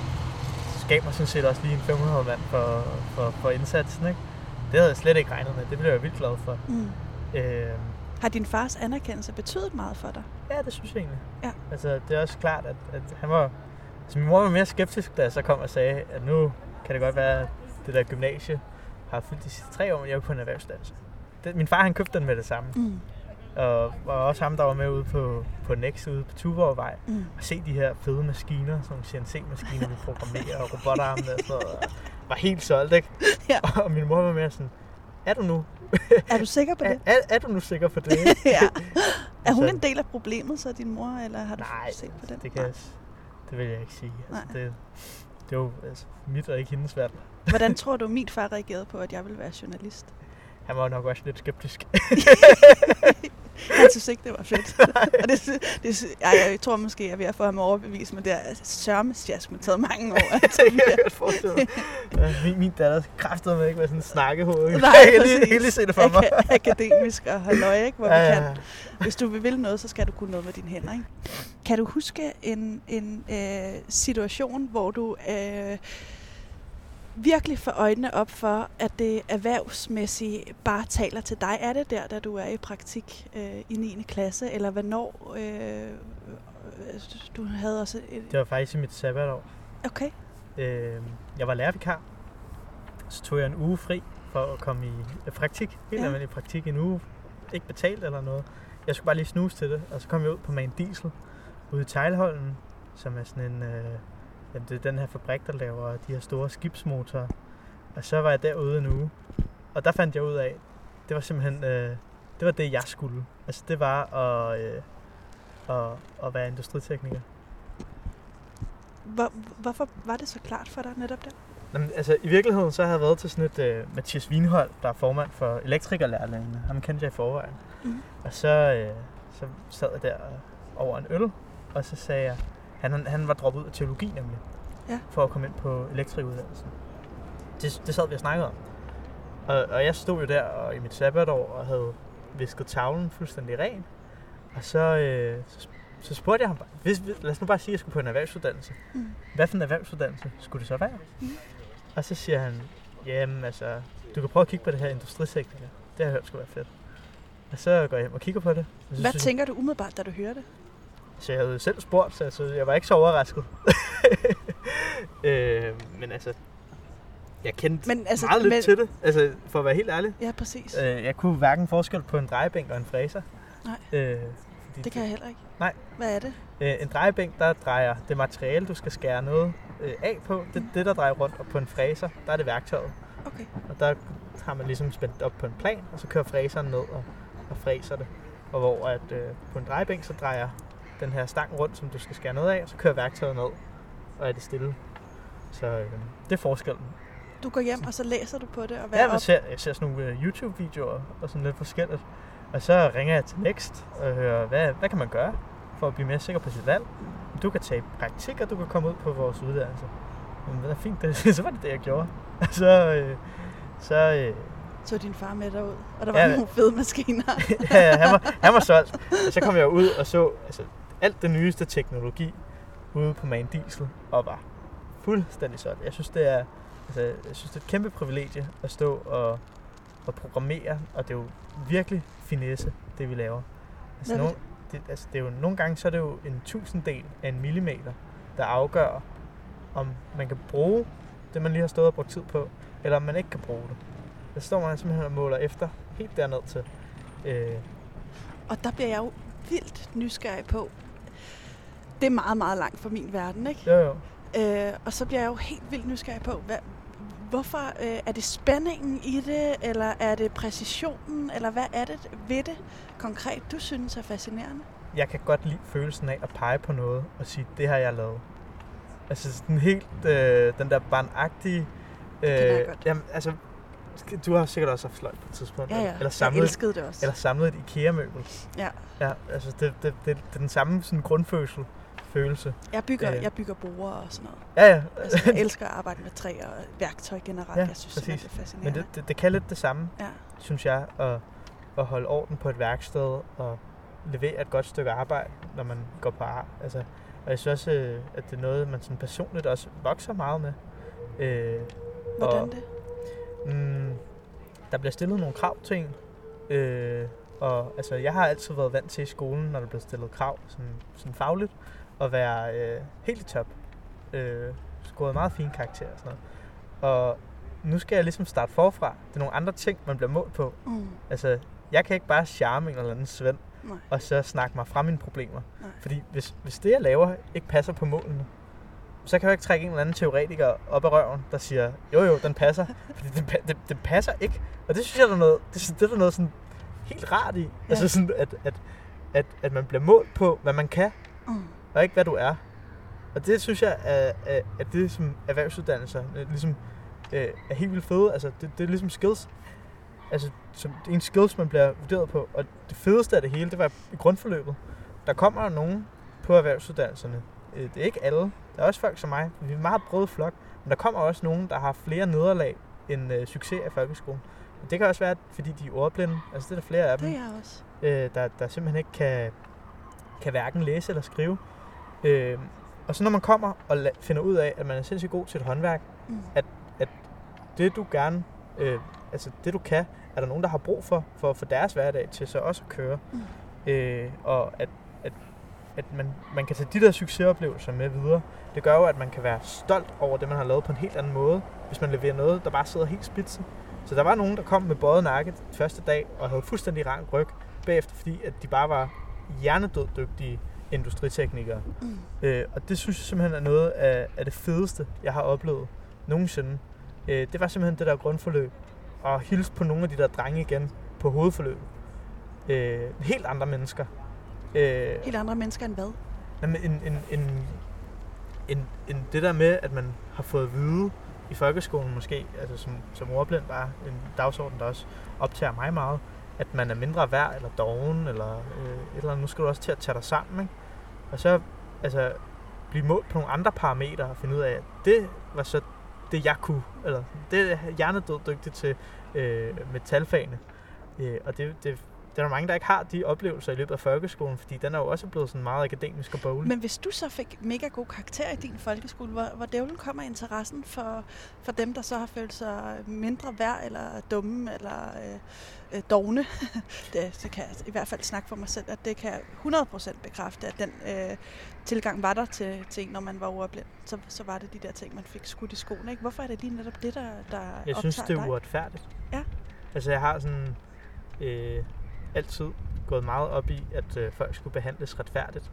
det gav mig sådan set også lige en fem hundrede mand for, for, for indsatsen, ikke? Det havde jeg slet ikke regnet med, det blev jeg vildt glad for. Mm. Øh, Har din fars anerkendelse betydet meget for dig? Ja, det synes jeg egentlig. Ja. Altså, det er også klart, at, at han var... Altså, min mor var mere skeptisk, da jeg så kom og sagde, at nu kan det godt være, at det der gymnasie har fyldt de sidste tre år, men jeg er på en erhvervsuddannelse. Det, min far, han købte den med det samme. Mm. Og var også ham, der var med ude på, på Next ude på Tuborgvej. Mm. Og se de her fede maskiner, sådan C N C-maskiner, vi programmerer, og robotarme og sådan noget. Og var helt solgt, ikke? Ja. Og min mor var mere sådan, er du nu? Er du sikker på det? Er, er, er du nu sikker på det? Ja. Er hun Altså, en del af problemet, så din mor, eller har du nej, set på den? det kan jeg, det vil jeg ikke sige. Altså, Nej. det, det er jo altså, mit og ikke hendes valg. Hvordan tror du, min far reagerede på, at jeg ville være journalist? Han var nok også lidt skeptisk. Han synes ikke, det var fedt. Og det, det, jeg, jeg tror måske, jeg er ved at få ham overbevist, men det er sørmesjask, men taget mange år. Det kan jeg godt forestille mig. Ja, min, min datter kræftede med ikke være sådan en snakkehoved. Nej, jeg kan lige, præcis. lige se det for mig. Ak- akademisk og halløj, ikke? Hvor Ja, vi ja. kan. Hvis du vil noget, så skal du kunne noget med dine hænder, ikke? Kan du huske en, en øh, situation, hvor du øh, virkelig får øjnene op for, at det erhvervsmæssige bare taler til dig? Er det der, da du er i praktik øh, i niende klasse, eller hvornår øh, du havde også... Et... Det var faktisk i mit sabbatår. Okay. Øh, jeg var lærervikar. Så tog jeg en uge fri for at komme i praktik. Helt Ja. almindelig praktik en uge. Ikke betalt eller noget. Jeg skulle bare lige snuse til det. Og så kom jeg ud på Man Diesel ude i Teglholmen, som er sådan en... Øh, ja, det er den her fabrik, der laver de her store skibsmotorer. Og så var jeg derude en uge. Og der fandt jeg ud af, det var simpelthen... Øh, det var det, jeg skulle. Altså det var at, øh, at, at være industritekniker. Hvor, hvorfor var det så klart for dig netop der? Jamen, altså, i virkeligheden så har jeg været til sådan et uh, Mathias Wienhold, der er formand for elektrikerlærlingene. Ham kendte jeg i forvejen. Mm. Og så, uh, så sad jeg der over en øl, og så sagde jeg, han, han var droppet ud af teologi nemlig, Ja. for at komme ind på elektrikeruddannelsen. Det, det sad vi og snakkede om. Og, og jeg stod jo der og, i mit sabbatår og havde visket tavlen fuldstændig ren. Og så, uh, så, så spurgte jeg ham bare, hvis, lad os nu bare sige, at jeg skulle på en erhvervsuddannelse. Mm. Hvad for en erhvervsuddannelse skulle det så være? Mm. Og så siger han, jamen altså, du kan prøve at kigge på det her industritekniker. Det har jeg hørt skulle være fedt. Og så går jeg hjem og kigger på det. Og så Hvad synes tænker du umiddelbart, da du hører det? jeg, så jeg havde selv spurgt, så altså, jeg var ikke så overrasket. øh, men altså, jeg kendte Men, altså, meget lidt men- til det, altså for at være helt ærlig. Ja, præcis. Øh, jeg kunne hverken forskel på en drejebænk og en fræser. Nej. Øh, fordi Det kan jeg heller ikke. Nej. Hvad er det? Øh, en drejebænk, der drejer det materiale, du skal skære noget øh, af på. Det, det, der drejer rundt, og på en fræser, der er det værktøjet. Okay. Og der har man ligesom spændt op på en plan, og så kører fræseren ned og, og fræser det. Og hvor at øh, på en drejebænk, så drejer den her stang rundt, som du skal skære ned af, og så kører værktøjet ned, og er det stille. Så øh, det er forskellen. Du går hjem, og så læser du på det, og hvad Ja, op? jeg ser, jeg ser sådan nogle uh, YouTube-videoer og sådan lidt forskelligt. Og så ringer jeg til Next og hører, hvad, hvad kan man gøre for at blive mere sikker på sit valg? Du kan tage praktik, og du kan komme ud på vores uddannelse. Men det er fint, det, så var det det, jeg gjorde. Og så, øh, så øh, Så din far med derud, og der var Ja, nogle fede maskiner. ja, han, var, han var solgt. Og så kom jeg ud og så altså, alt det nyeste teknologi ude på Man Diesel, og var fuldstændig solgt. Jeg synes, det er, altså, jeg synes, det er et kæmpe privilegie at stå og, og programmere, og det er jo virkelig finesse, det vi laver. Altså, Hvad er nogle, det, altså, det er jo, nogle gange så er det jo en tusinddel af en millimeter, der afgør, om man kan bruge det, man lige har stået og brugt tid på, eller om man ikke kan bruge det. Der står man simpelthen og måler efter, helt derned til. Øh, Og der bliver jeg jo vildt nysgerrig på. Det er meget, meget langt fra min verden, ikke? jo, jo. Øh, og så bliver jeg jo helt vildt nysgerrig på, hvad, hvorfor øh, er det spændingen i det, eller er det præcisionen, eller hvad er det ved det konkret, du synes er fascinerende? Jeg kan godt lide følelsen af at pege på noget og sige, det har jeg lavet. Altså sådan helt, øh, den der barnagtige... Øh, Kender jeg godt. Jamen, altså, du har sikkert også haft sløjt på et tidspunkt. Ja, ja, Eller jeg samlet, elskede det også. eller samlet et IKEA-møbel. Ja. Ja, altså det, det, det, det er den samme sådan grundfølelse. Følelse. Jeg bygger, Øh. jeg bygger borer og sådan noget. Ja, ja. Altså, jeg elsker at arbejde med træ og værktøj generelt. Ja, Jeg synes præcis. simpelthen, det er Men fascinerende. det, det, det kan lidt det samme, Ja. synes jeg, at, at holde orden på et værksted og levere et godt stykke arbejde, når man går på arbejde. Altså, og jeg synes også, øh, at det er noget, man sådan personligt også vokser meget med. Øh, Hvordan og, det? Mm, der bliver stillet nogle krav til en, øh, Og altså, jeg har altid været vant til i skolen, når der blev stillet krav sådan, sådan fagligt, at være øh, helt i top. Øh, scoret meget fine karakterer og sådan noget. Og nu skal jeg ligesom starte forfra. Det er nogle andre ting, man bliver målt på. Mm. Altså, jeg kan ikke bare charme en eller anden Svend, Nej. og så snakke mig fra mine problemer. Nej. Fordi hvis, hvis det, jeg laver, ikke passer på målene, så kan jeg ikke trække en eller anden teoretiker op af røven, der siger, jo jo, den passer. Fordi den, den, den passer ikke. Og det synes jeg, der er noget, det, det er der noget sådan helt rart i. Ja. Altså sådan, at, at, at, at man bliver målt på, hvad man kan, mm. og ikke hvad du er. Og det synes jeg, at, at det som erhvervsuddannelser ligesom øh, er helt vildt fede. Altså, det, det er ligesom skills. Altså, som, det er en skills, man bliver vurderet på. Og det fedeste af det hele, det var i grundforløbet. Der kommer nogen på erhvervsuddannelserne. Det er ikke alle. Der er også folk som mig. Vi er en meget brød flok. Men der kommer også nogen, der har flere nederlag end øh, succes i folkeskolen. Og det kan også være, fordi de er ordblinde. Altså, det er der flere af dem. Det er også. Øh, der, der simpelthen ikke kan, kan hverken læse eller skrive. Øh, og så når man kommer og la- finder ud af, at man er sindssygt god til et håndværk, mm. at, at det du gerne, øh, altså det du kan, er der nogen, der har brug for, for at få deres hverdag til så også at køre. Mm. Øh, og at, at, at man, man kan tage de der succesoplevelser med videre. Det gør jo, at man kan være stolt over det, man har lavet på en helt anden måde, hvis man leverer noget, der bare sidder helt spidsen. Så der var nogen, der kom med bøjet nakke første dag og havde fuldstændig rank ryg bagefter, fordi at de bare var hjernedød dygtige industriteknikere. Mm. Øh, og det synes jeg simpelthen er noget af, af det fedeste, jeg har oplevet nogensinde. Øh, det var simpelthen det der grundforløb. Og hilse på nogle af de der drenge igen på hovedforløbet. Øh, helt andre mennesker. Øh, helt andre mennesker end hvad? Jamen, en, en, en, en, en, det der med, at man har fået at vide i folkeskolen måske, altså som, som ordblind bare en dagsorden, der også optager mig meget, at man er mindre værd, eller doven, eller øh, et eller andet. Nu skal du også til at tage dig sammen, ikke? Og så altså, blive målt på nogle andre parametre og finde ud af, at det var så det, jeg kunne, eller det er hjernedød dygtig til øh, med talfagene. Øh, og det, det, der er mange, der ikke har de oplevelser i løbet af folkeskolen, fordi den er jo også blevet sådan meget akademisk og boglig. Men hvis du så fik mega god karakter i din folkeskole, hvor, hvor dævlen kommer interessen for, for dem, der så har følt sig mindre værd, eller dumme, eller øh, øh, dogne, det, så kan jeg i hvert fald snakke for mig selv, at det kan jeg hundrede procent bekræfte, at den øh, tilgang var der til, til en, når man var ordblind. Så, så var det de der ting, man fik skudt i skoene, ikke? Hvorfor er det lige netop det, der, der Jeg synes, det er dig? Uretfærdigt. Ja. Altså, jeg har sådan... Øh, altid gået meget op i, at øh, folk skulle behandles retfærdigt.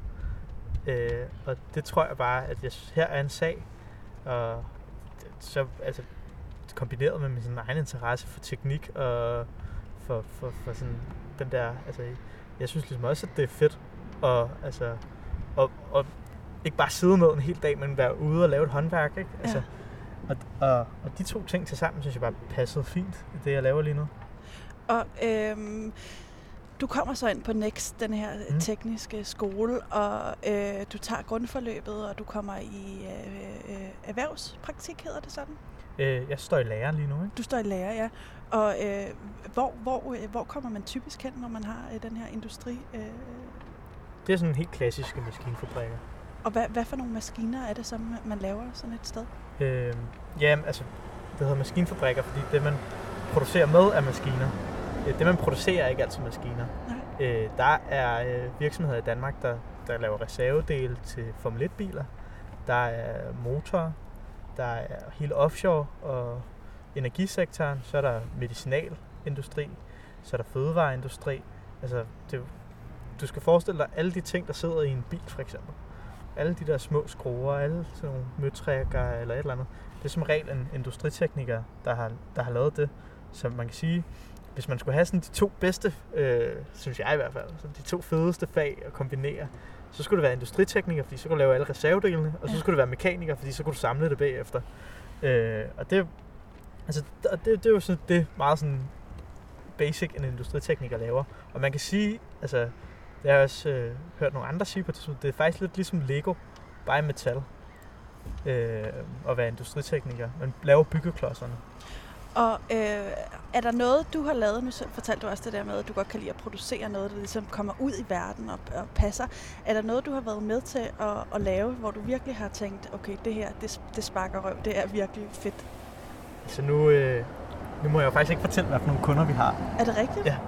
Øh, og det tror jeg bare, at jeg, her er en sag, og så altså, kombineret med min sådan, egen interesse for teknik, og for, for, for sådan, den der, altså, jeg synes ligesom også, at det er fedt, og, altså, og, og ikke bare sidde ned en hel dag, men være ude og lave et håndværk, ikke? Altså, ja. og, og, og de to ting til sammen, synes jeg bare passede fint i det, jeg laver lige nu. Og øhm du kommer så ind på Next, den her mm. tekniske skole, og øh, du tager grundforløbet, og du kommer i øh, øh, erhvervspraktik, hedder det sådan? Øh, jeg står i lærer lige nu, ikke? Du står i lærer, ja. Og øh, hvor, hvor, øh, hvor kommer man typisk hen, når man har øh, den her industri? Øh? Det er sådan helt klassiske maskinfabrikker. Og hvad, hvad for nogle maskiner er det, som man laver sådan et sted? Øh, jamen, altså, det hedder maskinfabrikker, fordi det, man producerer med, er maskiner. Det, man producerer, er ikke altid maskiner. Øh, der er øh, virksomheder i Danmark, der, der laver reservedele til Formel et-biler. Der er motorer. Der er hele offshore og energisektoren. Så er der medicinalindustri. Så er der fødevareindustri. Altså, det, du skal forestille dig alle de ting, der sidder i en bil, for eksempel. Alle de der små skruer, alle sådan nogle møtrækker eller et eller andet. Det er som regel en industritekniker, der har, der har lavet det. Så man kan sige, hvis man skulle have sådan de to bedste, øh, synes jeg i hvert fald, så de to fedeste fag at kombinere, så skulle det være industritekniker, fordi så kunne du lave alle reservedelene, og så skulle det være mekaniker, fordi så kunne du samle det bagefter. Øh, og det, altså, det, det er jo sådan, det meget sådan basic, en industritekniker laver. Og man kan sige, altså, det har jeg også øh, hørt nogle andre sige på det, det er faktisk lidt ligesom Lego, bare i metal, øh, at være industritekniker. Man laver byggeklodserne. Og øh, er der noget, du har lavet, nu fortalte du også det der med, at du godt kan lide at producere noget, der ligesom kommer ud i verden og, og passer. Er der noget, du har været med til at, at lave, hvor du virkelig har tænkt, okay, det her, det, det sparker røv, det er virkelig fedt? Så nu, øh, nu må jeg jo faktisk ikke fortælle, hvad for nogle kunder vi har. Er det rigtigt? Ja.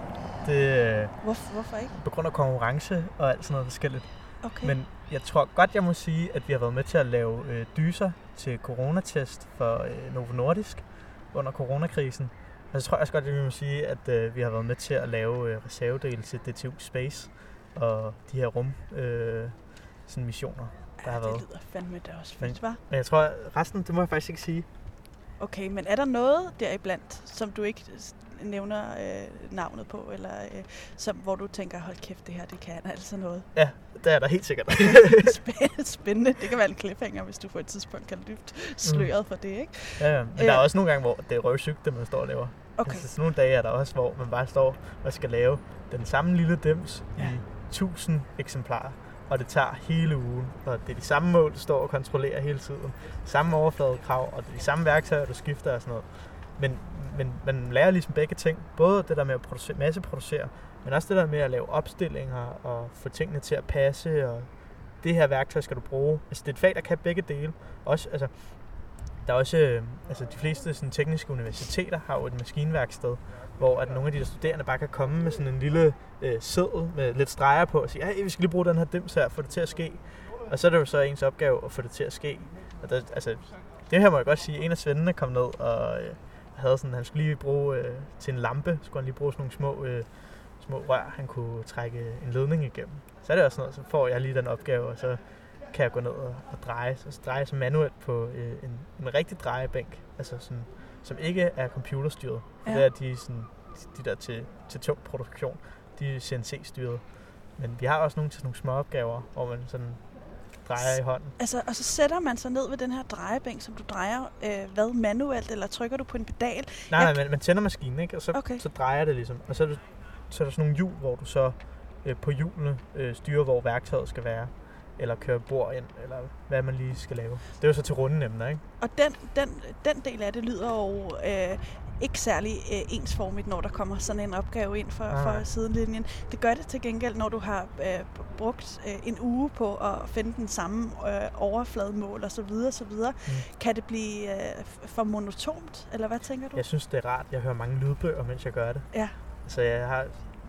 Det, Hvor, hvorfor ikke? På grund af konkurrence og alt sådan noget forskelligt. Okay. Men jeg tror godt, jeg må sige, at vi har været med til at lave øh, dyser til coronatest for øh, Novo Nordisk under coronakrisen. Og så tror jeg også godt, at vi må sige, at øh, vi har været med til at lave øh, reservedele til D T U Space og de her rum øh, sådan missioner, der ja, har været. Det lyder fandme da også fedt, hva'? Men jeg tror, at resten, det må jeg faktisk ikke sige. Okay, men er der noget deriblandt, som du ikke nævner øh, navnet på, eller øh, som, hvor du tænker, hold kæft, det her, det kan altså noget? Ja, det er der helt sikkert. Spændende. Det kan være en cliffhanger, hvis du på et tidspunkt kan løfte sløret for det, ikke? Ja, men øh. der er også nogle gange, hvor det er røvsygt, det man står og laver. Okay. Altså, sådan nogle dage er der også, hvor man bare står og skal lave den samme lille dims ja. i tusind eksemplarer. Og det tager hele ugen, og det er de samme mål, du står og kontrollerer hele tiden. Samme overfladekrav, og det er de samme værktøjer, du skifter og sådan noget. Men, men man lærer ligesom begge ting. Både det der med at producere, masseproducere, men også det der med at lave opstillinger og få tingene til at passe. Og det her værktøj skal du bruge. Altså det er et fag, der kan begge dele. Også, altså, der er også, øh, altså de fleste sådan, tekniske universiteter har jo et maskinværksted, hvor at nogle af de der studerende bare kan komme med sådan en lille øh, seddel med lidt streger på og sige, hey, vi skal lige bruge den her dims her, få det til at ske. Og så er det jo så ens opgave at få det til at ske. Og der, altså, det her må jeg godt sige, en af svendene kom ned og øh, havde sådan, han skulle lige bruge øh, til en lampe, skulle han lige bruge sådan nogle små, øh, små rør, han kunne trække en ledning igennem. Så er det også noget, så får jeg lige den opgave, og så kan jeg gå ned og, og dreje, så dreje som manuelt på øh, en, en rigtig drejebænk, altså sådan, som ikke er computerstyret. For ja. Det er de, sådan, de der til, til tung produktion, de er C N C-styret. Men vi har også nogle til nogle små opgaver, hvor man sådan drejer i hånden. Altså, og så sætter man sig ned ved den her drejebænk, som du drejer, øh, hvad, manuelt, eller trykker du på en pedal? Nej, jeg... nej, man, man tænder maskinen, ikke? Og så, okay. så drejer det ligesom. Og så er, det, så er der sådan nogle hjul, hvor du så øh, på hjulene øh, styrer, hvor værktøjet skal være. Eller køre bord ind, eller hvad man lige skal lave. Det er jo så til rundenemner, ikke? Og den, den, den del af det lyder jo øh, ikke særlig øh, ensformigt, når der kommer sådan en opgave ind for, for sidelinjen. Det gør det til gengæld, når du har øh, brugt øh, en uge på at finde den samme øh, overflademål osv. osv. Mm. Kan det blive øh, for monotont, eller hvad tænker du? Jeg synes, det er rart. Jeg hører mange lydbøger, mens jeg gør det. Ja. Altså, jeg har...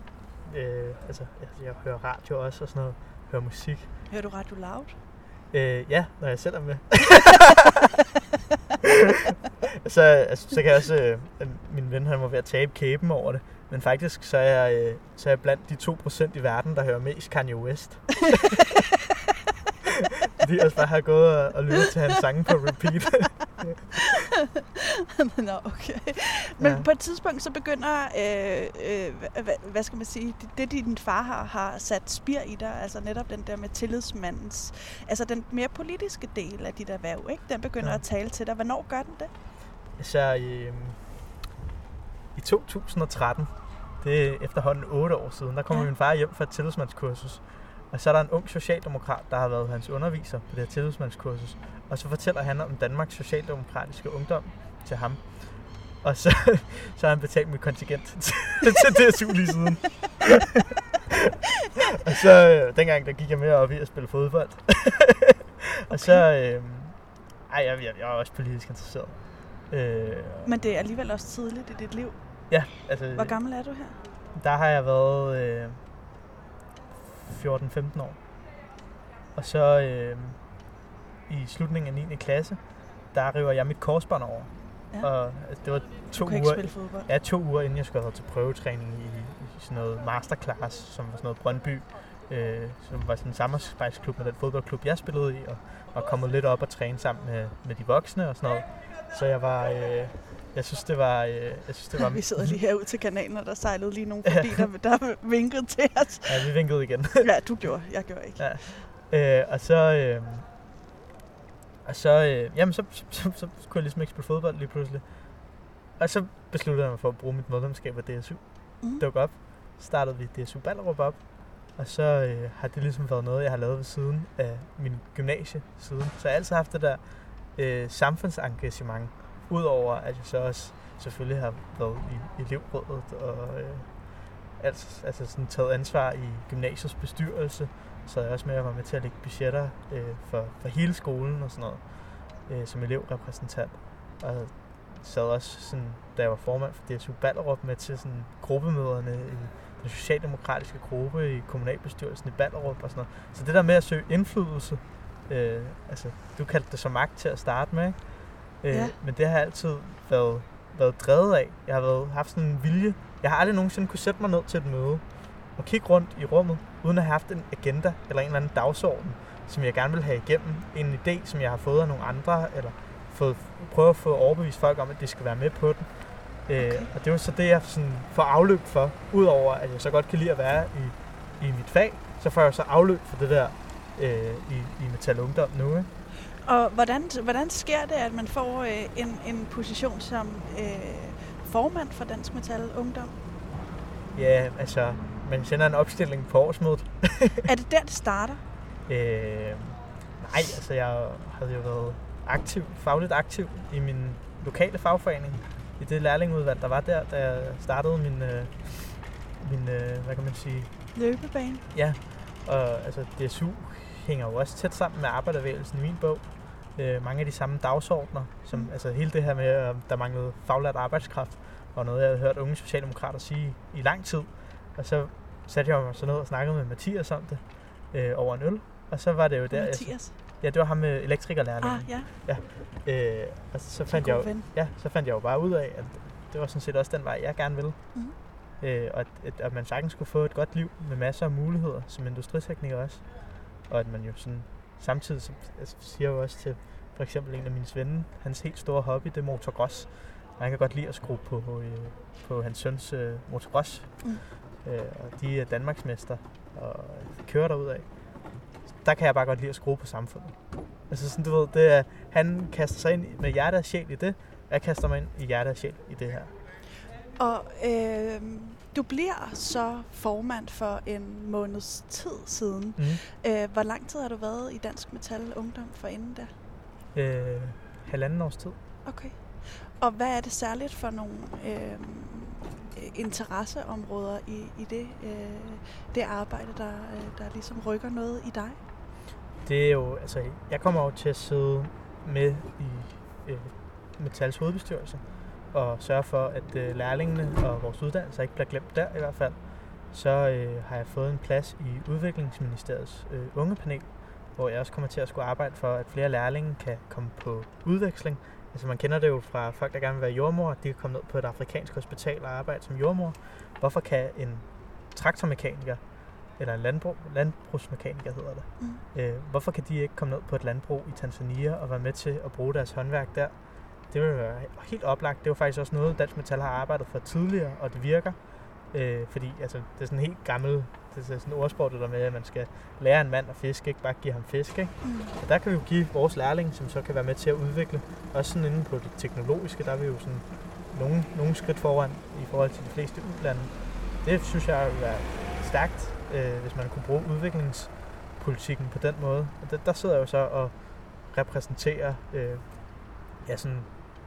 Øh, altså, jeg, jeg hører radio også og sådan noget. Hører musik. Hører du Radio Loud? Øh, ja, når jeg selv er med. så, altså, så kan jeg også... Øh, min ven, han var ved at tabe kæben over det. Men faktisk, så er jeg, øh, så er jeg blandt de to procent i verden, der hører mest Kanye West. Fordi jeg også bare har gået og, og lyttet til hans sange på repeat. Nå, okay. Men ja. På et tidspunkt så begynder, øh, øh, hvad, hvad skal man sige, det, det din far har, har sat spir i dig, altså netop den der med tillidsmandens, altså den mere politiske del af dit erhverv, ikke? Den begynder ja. At tale til dig. Hvornår gør den det? Så i, i to tusind og tretten, det er efterhånden otte år siden, der kommer ja. Min far hjem fra et tillidsmandskursus. Og så er der en ung socialdemokrat, der har været hans underviser på det her tillidsmandskursus. Og så fortæller han om Danmarks Socialdemokratiske Ungdom til ham. Og så, så har han betalt mit kontingent til, til D S U lige siden. Og så øh, dengang, der gik jeg mere op i at spille fodbold. Okay. Og så... Øh, ej, jeg, jeg, jeg er også politisk interesseret. Øh, Men det er alligevel også tidligt i dit liv. Ja, altså... Hvor gammel er du her? Der har jeg været... Øh, fjorten femten år. Og så øh, i slutningen af niende klasse, der river jeg mit korsbånd over. Ja. Og altså, det var to du kan uger. Ikke spille fodbold. Ja, to uger inden jeg skulle have til prøvetræning i, i sådan noget masterclass, som var sådan noget Brøndby, øh, som var sådan en samarbejdsklub med den fodboldklub, jeg spillede i, og var kommet lidt op og træne sammen med, med de voksne og sådan noget. Så jeg var... Øh, Jeg synes, det var... Øh, jeg synes, det var vi sidder lige herude til kanalen, og der sejlede lige nogen forbi, der, der vinkede til os. Ja, vi vinkede igen. Ja, du gjorde. Jeg gjorde ikke. Ja. Øh, og så... Øh, og så... Øh, jamen, så, så, så, så kunne jeg ligesom ikke spille fodbold lige pludselig. Og så besluttede jeg mig for at bruge mit medlemskab af D S U. Mm. Duk op. Startede vi D S U Ballerup op. Og så øh, har det ligesom været noget, jeg har lavet ved siden af min gymnasie siden. Så jeg har altid haft det der øh, samfundsengagement. Udover at jeg så også selvfølgelig har været i elevrådet og øh, altså, altså sådan taget ansvar i gymnasiets bestyrelse, så jeg også med at være med til at lægge budgetter øh, for, for hele skolen og sådan noget øh, som elevrepræsentant. Og sad også, sådan, da jeg var formand for D S U Ballerup, med til sådan, gruppemøderne i den socialdemokratiske gruppe i kommunalbestyrelsen i Ballerup og sådan noget. Så det der med at søge indflydelse, øh, altså du kaldte det så magt til at starte med, ikke? Øh, Ja. Men det har jeg altid været, været drevet af. Jeg har været, haft sådan en vilje. Jeg har aldrig nogensinde kunne sætte mig ned til et møde og kigge rundt i rummet, uden at have haft en agenda eller en eller anden dagsorden, som jeg gerne vil have igennem. En idé, som jeg har fået af nogle andre, eller fået, prøve at få overbevist folk om, at de skal være med på den. Okay. Øh, og det er jo så det, jeg sådan får afløb for. Udover at jeg så godt kan lide at være i, i mit fag, så får jeg så afløb for det der øh, i, i Metal Ungdom nu. Ikke? Og hvordan, hvordan sker det, at man får øh, en, en position som øh, formand for Dansk Metal Ungdom? Ja, altså, man sender en opstilling på årsmødet. Er det der, det starter? Øh, nej, altså jeg havde jo været aktiv, fagligt aktiv i min lokale fagforening, i det lærlingeudvalg, der var der, da jeg startede min, øh, min øh, hvad kan man sige? Løbebane? Ja, og altså D S U hænger jo også tæt sammen med arbejderbevægelsen i min bog. Øh, mange af de samme dagsordner, som mm. altså hele det her med, at der manglede faglært arbejdskraft, var noget, jeg havde hørt unge socialdemokrater sige i lang tid. Og så satte jeg mig så ned og snakkede med Mathias om det øh, over en øl. Og så var det jo der... Mathias? Altså, ja, det var ham med elektrikerlærlingen. Ah, ja. ja. Øh, og så fandt, jeg jo, ja, så fandt jeg jo bare ud af, at det var sådan set også den vej, jeg gerne ville. Mm. Øh, og at, at, at man sagtens skulle få et godt liv med masser af muligheder som industritekniker også. Og at man jo sådan samtidig, så, altså, siger jo også til for eksempel en af mine venner, hans helt store hobby, det er motocross. Og han kan godt lide at skrue på, øh, på hans søns øh, motocross. Mm. Øh, og de er Danmarksmester og kører derudad. Der kan jeg bare godt lide at skrue på samfundet. Altså sådan, du ved, det er, han kaster sig ind med hjerte og sjæl i det, og jeg kaster mig ind i hjerte og sjæl i det her. Og øh, du bliver så formand for en måneds tid siden. Mm. Øh, hvor lang tid har du været i Dansk Metal Ungdom for inden der? Øh, halvanden års tid. Okay. Og hvad er det særligt for nogle øh, interesseområder i, i det, øh, det arbejde, der, der ligesom rykker noget i dig? Det er jo, altså, jeg kommer jo til at sidde med i øh, Metals hovedbestyrelse og sørge for, at øh, lærlingene og vores uddannelser ikke bliver glemt der i hvert fald. Så øh, har jeg fået en plads i Udviklingsministeriets øh, ungepanel, hvor jeg også kommer til at skulle arbejde for, at flere lærlinge kan komme på udveksling. Altså man kender det jo fra folk, der gerne vil være jordmor, de kan komme ned på et afrikansk hospital og arbejde som jordmor. Hvorfor kan en traktormekaniker, eller en landbrug, landbrugsmekaniker hedder det, mm. øh, hvorfor kan de ikke komme ned på et landbrug i Tanzania og være med til at bruge deres håndværk der? Det vil være helt oplagt. Det er jo faktisk også noget, Dansk Metal har arbejdet for tidligere, og det virker. Øh, fordi altså, det er sådan helt gammelt, det er sådan et ordsprog, det der med, at man skal lære en mand at fiske, ikke bare give ham fisk. Ikke? Mm. Og der kan vi jo give vores lærling, som så kan være med til at udvikle. Også sådan inde på det teknologiske, der er vi jo sådan nogle, nogle skridt foran i forhold til de fleste udlande. Det synes jeg vil være stærkt, øh, hvis man kunne bruge udviklingspolitikken på den måde. Og der, der sidder jeg jo så og repræsenterer øh, ja, sådan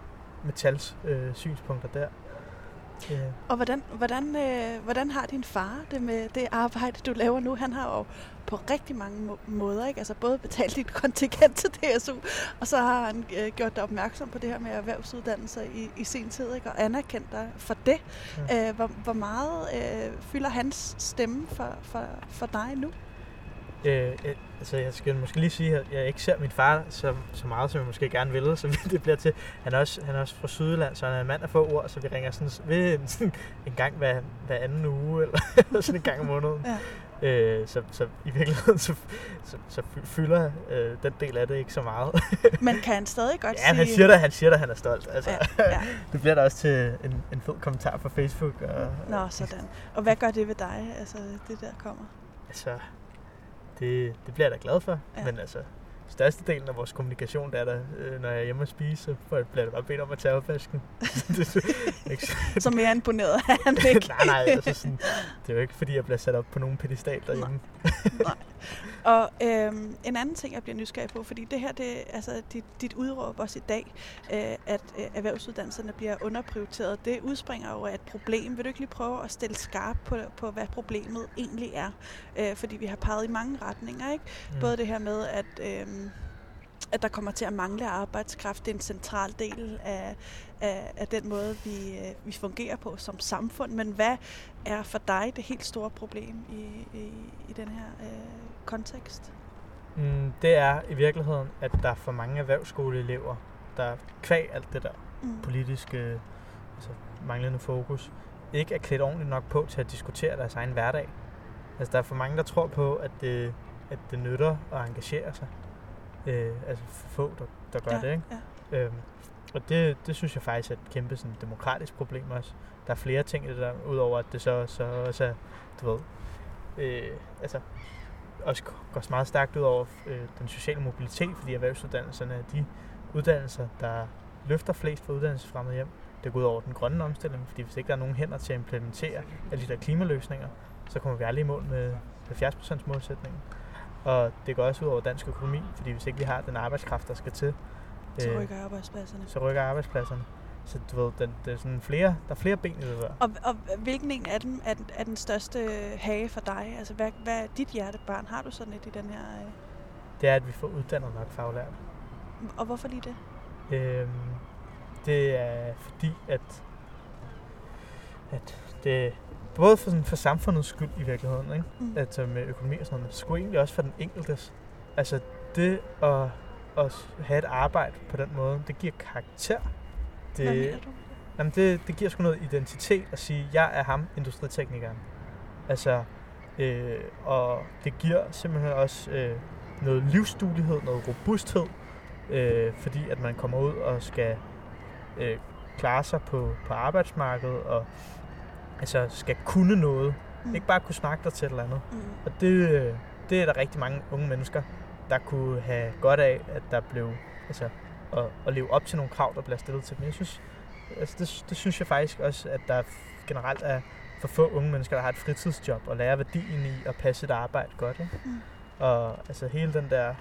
Metals øh, synspunkter der. Yeah. Og hvordan, hvordan, øh, hvordan har din far det med det arbejde, du laver nu? Han har jo på rigtig mange må- måder, ikke? Altså både betalt dit kontingent til D S U, og så har han øh, gjort dig opmærksom på det her med erhvervsuddannelser i, i sin tid, ikke? Og anerkendt dig for det. Ja. Øh, hvor, hvor meget øh, fylder hans stemme for, for, for dig nu? Øh, altså jeg skal måske lige sige, at jeg ikke ser min far så, så meget, som jeg måske gerne ville, så det bliver til. Han er også, han er også fra Sydjylland, så han er en mand af få ord, så vi ringer sådan, ved, sådan en gang hver, hver anden uge, eller sådan en gang om måneden. Ja. Øh, så, så i virkeligheden, så, så, så fylder øh, den del af det ikke så meget. Men kan han stadig godt ja, sige... han siger det, han siger det, han er stolt. Altså, ja, ja. Det bliver da også til en, en fed kommentar på Facebook. Og, Nå, sådan. Og hvad gør det ved dig, altså det der kommer? Altså... Det, det bliver jeg da glad for, ja. Men altså, størstedelen af vores kommunikation, der er der, øh, når jeg er hjemme og spise, så bliver jeg bare bedt om at tage opvasken. Så mere imponeret er han ikke. nej, nej, altså sådan, det er jo ikke, fordi jeg bliver sat op på nogen pedestal derhjemme. Nej. nej. Og øhm, en anden ting, jeg bliver nysgerrig på, fordi det her, det altså dit, dit udråb også i dag, øh, at øh, erhvervsuddannelserne bliver underprioriteret, det udspringer jo af et problem. Vil du ikke lige prøve at stille skarp på, på hvad problemet egentlig er? Øh, fordi vi har peget i mange retninger, ikke? Mm. Både det her med, at... Øh, at der kommer til at mangle arbejdskraft. Det er en central del af, af, af den måde, vi, vi fungerer på som samfund. Men hvad er for dig det helt store problem i, i, i den her øh, kontekst? Mm, det er i virkeligheden, at der er for mange erhvervsskoleelever, der kvæg alt det der mm. politiske, altså manglende fokus, ikke er klædt ordentligt nok på til at diskutere deres egen hverdag. Altså der er for mange, der tror på, at det, at det nytter at engagere sig. Øh, altså få, der, der gør ja, det, ikke? Ja. Øhm, og det, det synes jeg faktisk er et kæmpe sådan, demokratisk problem også. Der er flere ting i det der, udover at det så, så også er, du ved, øh, altså også går meget stærkt ud over øh, den sociale mobilitet, fordi erhvervsuddannelserne er de uddannelser, der løfter flest fra uddannelsesfremmede hjem. Det går ud over den grønne omstilling, fordi hvis ikke der er nogen hænder til at implementere alle de der klimaløsninger, så kommer vi aldrig i mål med halvfjerds procent målsætningen. Og det går også ud over dansk økonomi, fordi hvis ikke vi har den arbejdskraft, der skal til, så rykker arbejdspladserne. Så rykker arbejdspladserne. Så du ved, det, det er sådan flere, der er flere ben i det der. Og, og hvilken en af dem er den, er den største hage for dig? Altså, hvad, hvad er dit hjertebarn? Har du sådan et i den her? Øh... Det er, at vi får uddannet nok faglærte. Og hvorfor lige det? Øhm, det er fordi, at, at det både for, sådan, for samfundets skyld i virkeligheden, ikke? Mm. At med økonomi og sådan noget, men det skulle egentlig også for den enkeltes. Altså det at, at have et arbejde på den måde, det giver karakter. Det, Hvad mener du? Jamen det, det giver sgu noget identitet at sige, jeg er ham, industriteknikeren. Altså, øh, og det giver simpelthen også øh, noget livsduelighed, noget robusthed, øh, fordi at man kommer ud og skal øh, klare sig på, på arbejdsmarkedet, og altså skal kunne noget. Mm. Ikke bare kunne snakke dig til et eller andet. Mm. Og det, det er der rigtig mange unge mennesker, der kunne have godt af, at der blev, altså, at, at leve op til nogle krav, der bliver stillet til dem. Jeg synes, altså det, det synes jeg faktisk også, at der generelt er for få unge mennesker, der har et fritidsjob og lærer værdien i at passe et arbejde godt. Ikke? Mm. Og altså hele den der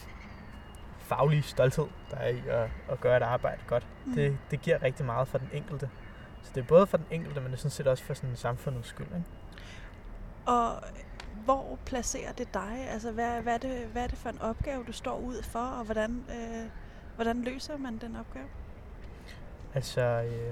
faglige stolthed, der er i at, at gøre et arbejde godt, mm. det, det giver rigtig meget for den enkelte. Så det er både for den enkelte, men det er sådan set også for sådan samfundets skyld. Ikke? Og hvor placerer det dig? Altså, hvad, hvad, er det, hvad er det for en opgave, du står ud for, og hvordan, øh, hvordan løser man den opgave? Altså, øh,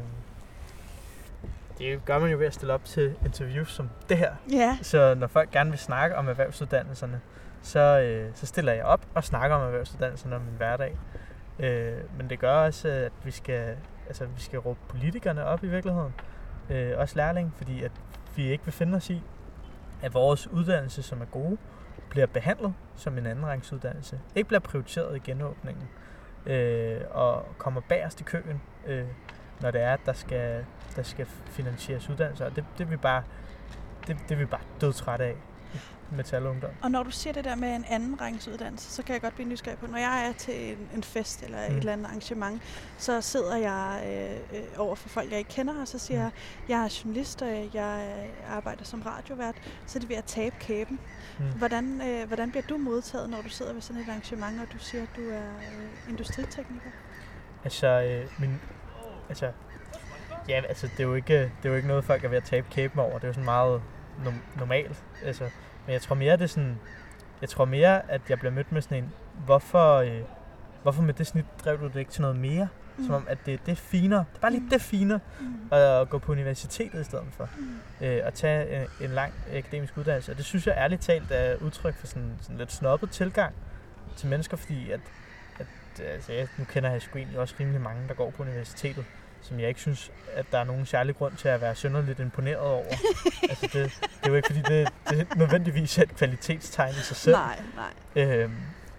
det gør man jo ved at stille op til interviews som det her. Ja. Så når folk gerne vil snakke om erhvervsuddannelserne, så, øh, så stiller jeg op og snakker om erhvervsuddannelserne om min hverdag. Øh, men det gør også, at vi skal, altså, vi skal råbe politikerne op i virkeligheden. Øh, også lærling, fordi at vi ikke vil finde os i, at vores uddannelse, som er gode, bliver behandlet som en andenrangsuddannelse. Ikke bliver prioriteret i genåbningen. Øh, og kommer bagerst i køen, øh, når det er, at der skal, der skal finansieres uddannelser. Det, det, er vi bare, det, det er vi bare dødtrætte af. Metalungdom. Og når du siger det der med en anden rangsuddannelse, så kan jeg godt blive nysgerrig på, når jeg er til en, en fest eller mm. et eller andet arrangement, så sidder jeg øh, over for folk, jeg ikke kender, og så siger jeg, mm. jeg er journalist, og jeg arbejder som radiovært, så er det ved at tabe kæben. Mm. Hvordan, øh, hvordan bliver du modtaget, når du sidder ved sådan et arrangement, og du siger, at du er øh, industritekniker? Altså, øh, min, altså, ja, altså, det er jo ikke, det er jo ikke noget, folk er ved at tabe kæben over. Det er jo sådan meget no- normalt, altså. Men jeg tror mere, det er sådan, jeg tror mere, at jeg bliver mødt med sådan en, hvorfor, øh, hvorfor med det snit drev du det ikke til noget mere? Mm. Som om, at det, det er finere. Det er bare lige mm. det finere mm. at gå på universitetet i stedet for. Mm. Øh, at tage en, en lang akademisk uddannelse. Og det synes jeg ærligt talt er udtryk for sådan, sådan lidt snobbet tilgang til mennesker, fordi at, at altså, jeg, nu kender jeg sgu egentlig også rimelig mange, der går på universitetet, som jeg ikke synes, at der er nogen særlig grund til at være synderligt imponeret over. Altså det, det er jo ikke, fordi det, det nødvendigvis er et kvalitetstegn i sig selv. Nej, nej. Øhm,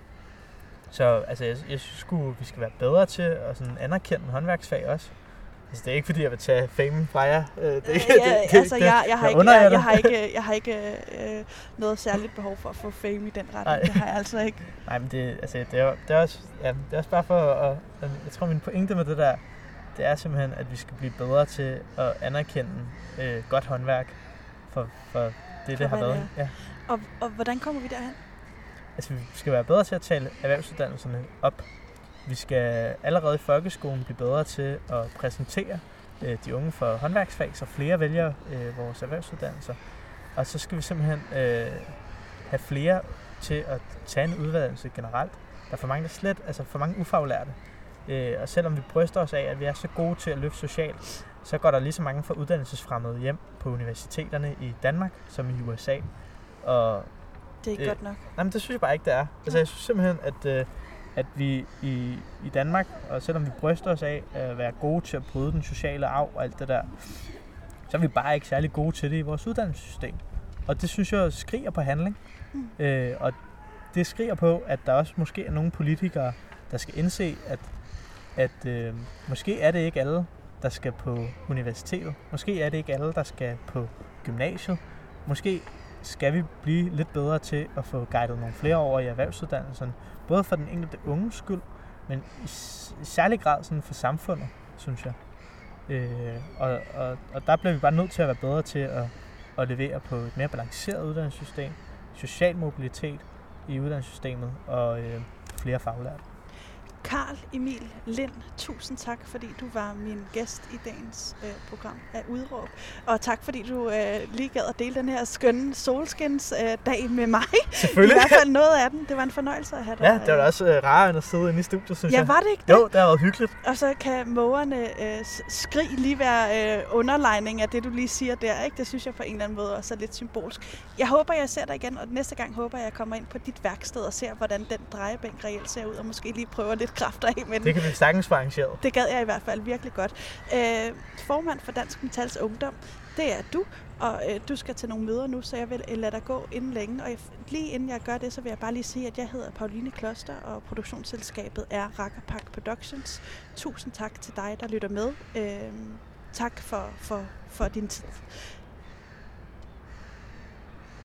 så altså, jeg, jeg synes sgu, vi skal være bedre til at sådan anerkende håndværksfag også. Altså, det er ikke, fordi jeg vil tage famen fra jer. Øh, det er ikke, ja, det, det, altså, det, jeg, jeg, har jeg, ikke, jeg, jeg, jeg har ikke, jeg har ikke øh, noget særligt behov for at få fame i den retning. Nej. Det har jeg altså ikke. Nej, men det, altså, det, er, det, er også, ja, det er også bare for at... Jeg tror, min pointe med det der, det er simpelthen, at vi skal blive bedre til at anerkende øh, godt håndværk for, for det, for det har været. Ja. Og, og hvordan kommer vi derhen? Altså, vi skal være bedre til at tale erhvervsuddannelserne op. Vi skal allerede i folkeskolen blive bedre til at præsentere øh, de unge for håndværksfag, så flere vælger øh, vores erhvervsuddannelser. Og så skal vi simpelthen øh, have flere til at tage en uddannelse generelt, Der er for mange, der slet, altså for mange ufaglærte. Øh, og selvom vi bryster os af, at vi er så gode til at løfte socialt, så går der lige så mange fra uddannelsesfremmede hjem på universiteterne i Danmark, som i U S A. Og, det er ikke øh, godt nok. Nej, men det synes jeg bare ikke, det er. Altså, jeg synes simpelthen, at, øh, at vi i, i Danmark, og selvom vi bryster os af at være gode til at bryde den sociale arv og alt det der, så er vi bare ikke særlig gode til det i vores uddannelsessystem. Og det synes jeg skriger på handling. Mm. Øh, og det skriger på, at der også måske er nogle politikere, der skal indse, at, at øh, måske er det ikke alle, der skal på universitetet. Måske er det ikke alle, der skal på gymnasiet. Måske skal vi blive lidt bedre til at få guidet nogle flere over i erhvervsuddannelserne. Både for den enkelte unges skyld, men i, i særlig grad sådan for samfundet, synes jeg. Øh, og, og, og der bliver vi bare nødt til at være bedre til at, at levere på et mere balanceret uddannelsessystem, social mobilitet i uddannelsessystemet og øh, flere faglærte. Carl Emil Lind, tusind tak, fordi du var min gæst i dagens øh, program af Udråb. Og tak, fordi du øh, lige gad at dele den her skønne solskinsdag øh, med mig. Selvfølgelig. I hvert fald noget af den. Det var en fornøjelse at have dig. Ja, det var også øh, rarere end at sidde inde i studiet, synes ja, jeg. Ja, var det ikke det? Jo, det har været hyggeligt. Og så kan mågerne øh, skrig lige være øh, underlegning af det, du lige siger der. Ikke? Det synes jeg på en eller anden måde også er lidt symbolsk. Jeg håber, jeg ser dig igen, og næste gang håber jeg, jeg kommer ind på dit værksted og ser, hvordan den drejebænk reelt ser ud, og måske lige prøver lidt kræfter af med den. Det kan vi sagtens få arrangeret. Det gad jeg i hvert fald virkelig godt. Øh, formand for Dansk Metals Ungdom, det er du, og øh, du skal til nogle møder nu, så jeg vil lade dig gå inden længe. Og jeg, lige inden jeg gør det, så vil jeg bare lige sige, at jeg hedder Pauline Kloster, og produktionsselskabet er Rakkerpak Productions. Tusind tak til dig, der lytter med. Øh, tak for, for, for din tid.